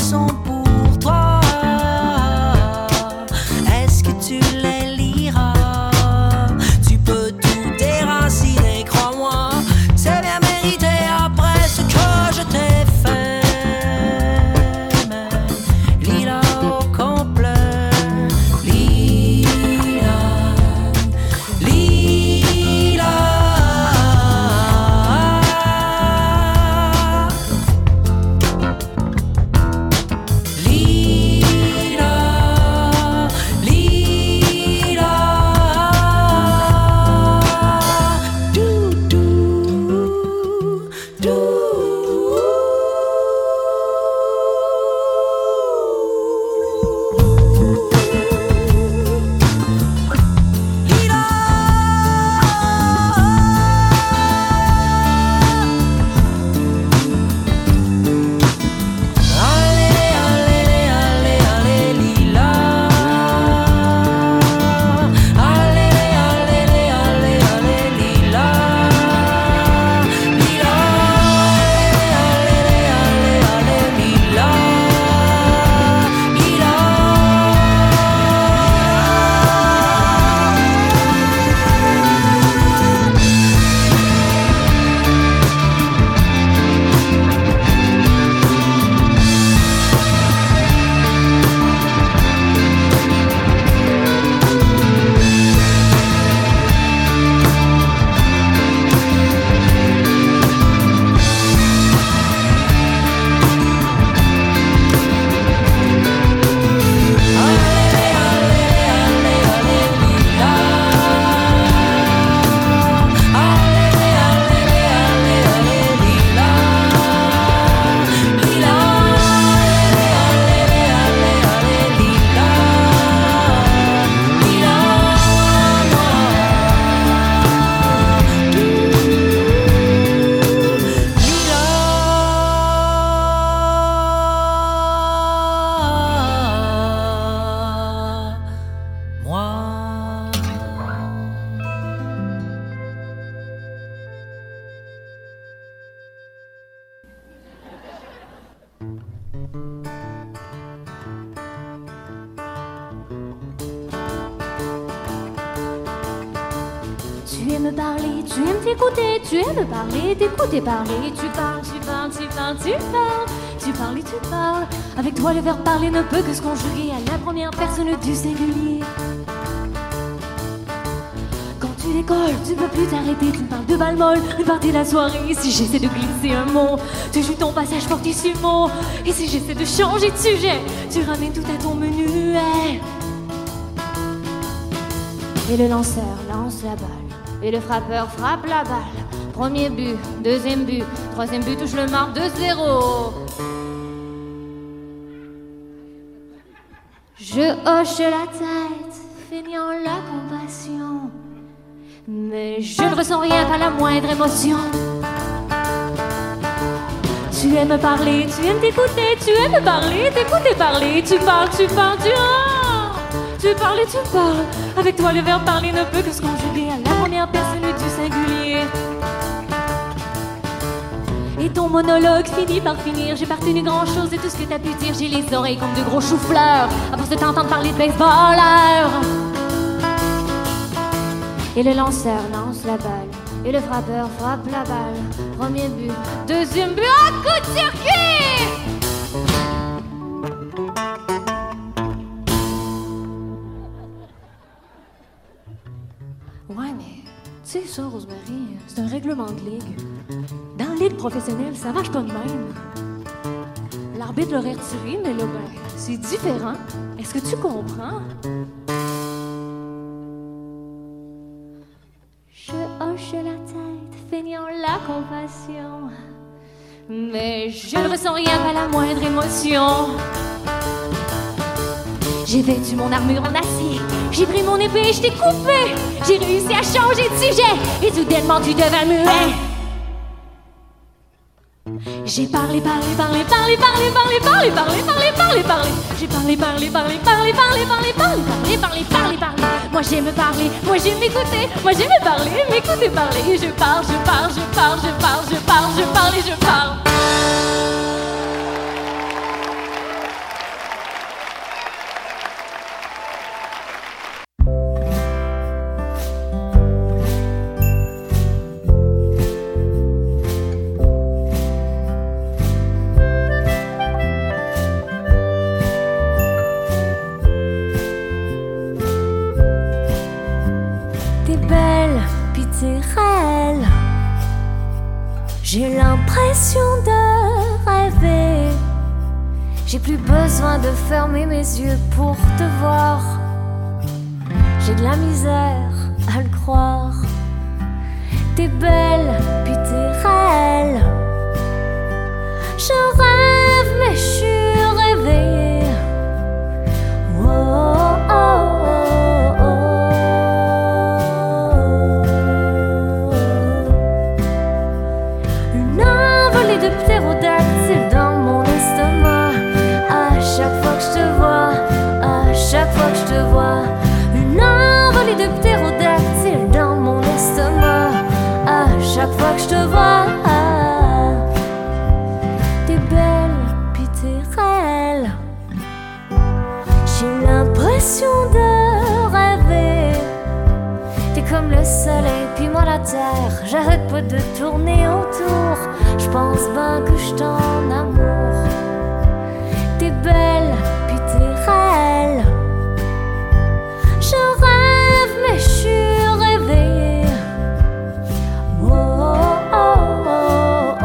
aimes parler, tu aimes t'écouter, tu aimes parler, t'écouter, parler. Tu parles, tu parles, tu parles, tu parles. Tu parles et tu parles. Avec toi, le verbe parler ne peut que se conjuguer à la première personne du singulier. Quand tu décolles, tu peux plus t'arrêter. Tu me parles de balle molle, une partie de la soirée. Si j'essaie de glisser un mot, tu joues ton passage fortissimo. Et si j'essaie de changer de sujet, tu ramènes tout à ton menu. Et le lanceur lance la balle, et le frappeur frappe la balle. Premier but, deuxième but, troisième but touche le marque de 0. Je hoche la tête, feignant la compassion, mais je ne ressens rien, pas la moindre émotion. Tu aimes parler, tu aimes t'écouter, tu aimes parler, t'écouter, parler. Tu parles, tu parles, tu parles et tu parles. Avec toi, le verbe parler ne peut que se conjuguer à la première personne du singulier. Et ton monologue finit par finir. J'ai pas retenu grand chose de tout ce que t'as pu dire. J'ai les oreilles comme de gros choux-fleurs à force de t'entendre parler de baseballeur. Et le lanceur lance la balle, et le frappeur frappe la balle. Premier but, deuxième but, un coup de circuit! Ouais, mais tu sais ça, Rosemary, c'est un règlement de ligue. Dans la ligue professionnelle, ça marche pas de même. L'arbitre l'aurait retiré, mais là, ben, c'est différent. Est-ce que tu comprends? Je hoche la tête, feignant la compassion, mais je ne ressens rien, pas la moindre émotion. J'ai vêtu mon armure en acier, j'ai pris mon épée, je t'ai coupé. J'ai réussi à changer de sujet, et soudainement tu deviens muet. J'ai parlé, parlé, parlé, parlé, parlé, parlé, parlé, parlé, parlé, parlé, parlé. J'ai parlé, parlé, parlé, parlé, parlé, parlé, parlé, parlé, parlé, parlé, parlé. Moi j'aime parler, moi j'aime écouter, moi j'aime parler, m'écouter, parler. Je parle, je parle, je parle, je parle, je parle, je parle et je parle. J'ai l'impression de rêver. J'ai plus besoin de fermer mes yeux pour te voir. J'ai de la misère à le croire. T'es belle, puis t'es réelle. Je rêve, mais je suis réveillée. Oh, oh, oh. De ptérodactyles dans mon estomac. À chaque fois que je te vois, à chaque fois que je te vois. Une envolée de ptérodactyles dans mon estomac. À chaque fois que je te vois. T'es belle, puis t'es réelle. J'ai l'impression de rêver. T'es comme le soleil, puis moi la terre. J'arrête pas de tourner autour. Je pense ben que je t'en amour. T'es belle, puis t'es réelle. Je rêve, mais je suis réveillée. Oh, oh, oh, oh,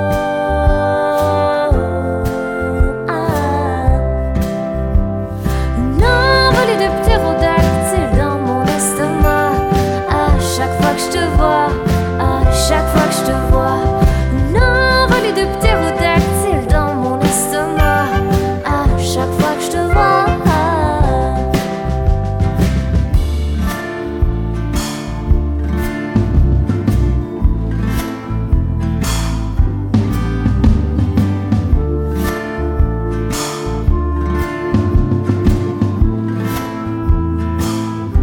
ah. Une envolée de ptérodactyles dans mon estomac. À chaque fois que je te vois, à chaque fois que je te vois. De ptérodactyles dans mon estomac. À chaque fois que je te vois.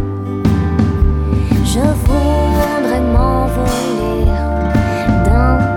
Je voudrais m'envoler dans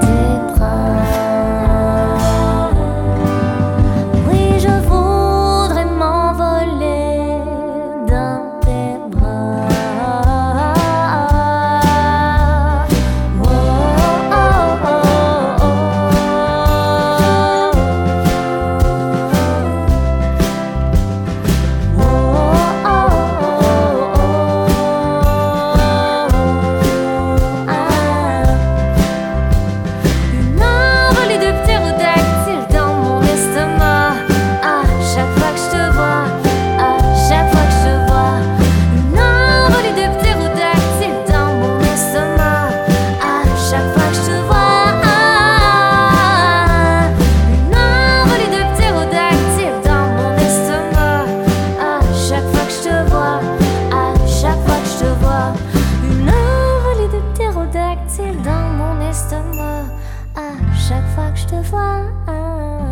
dans mon estomac à chaque fois que je te vois.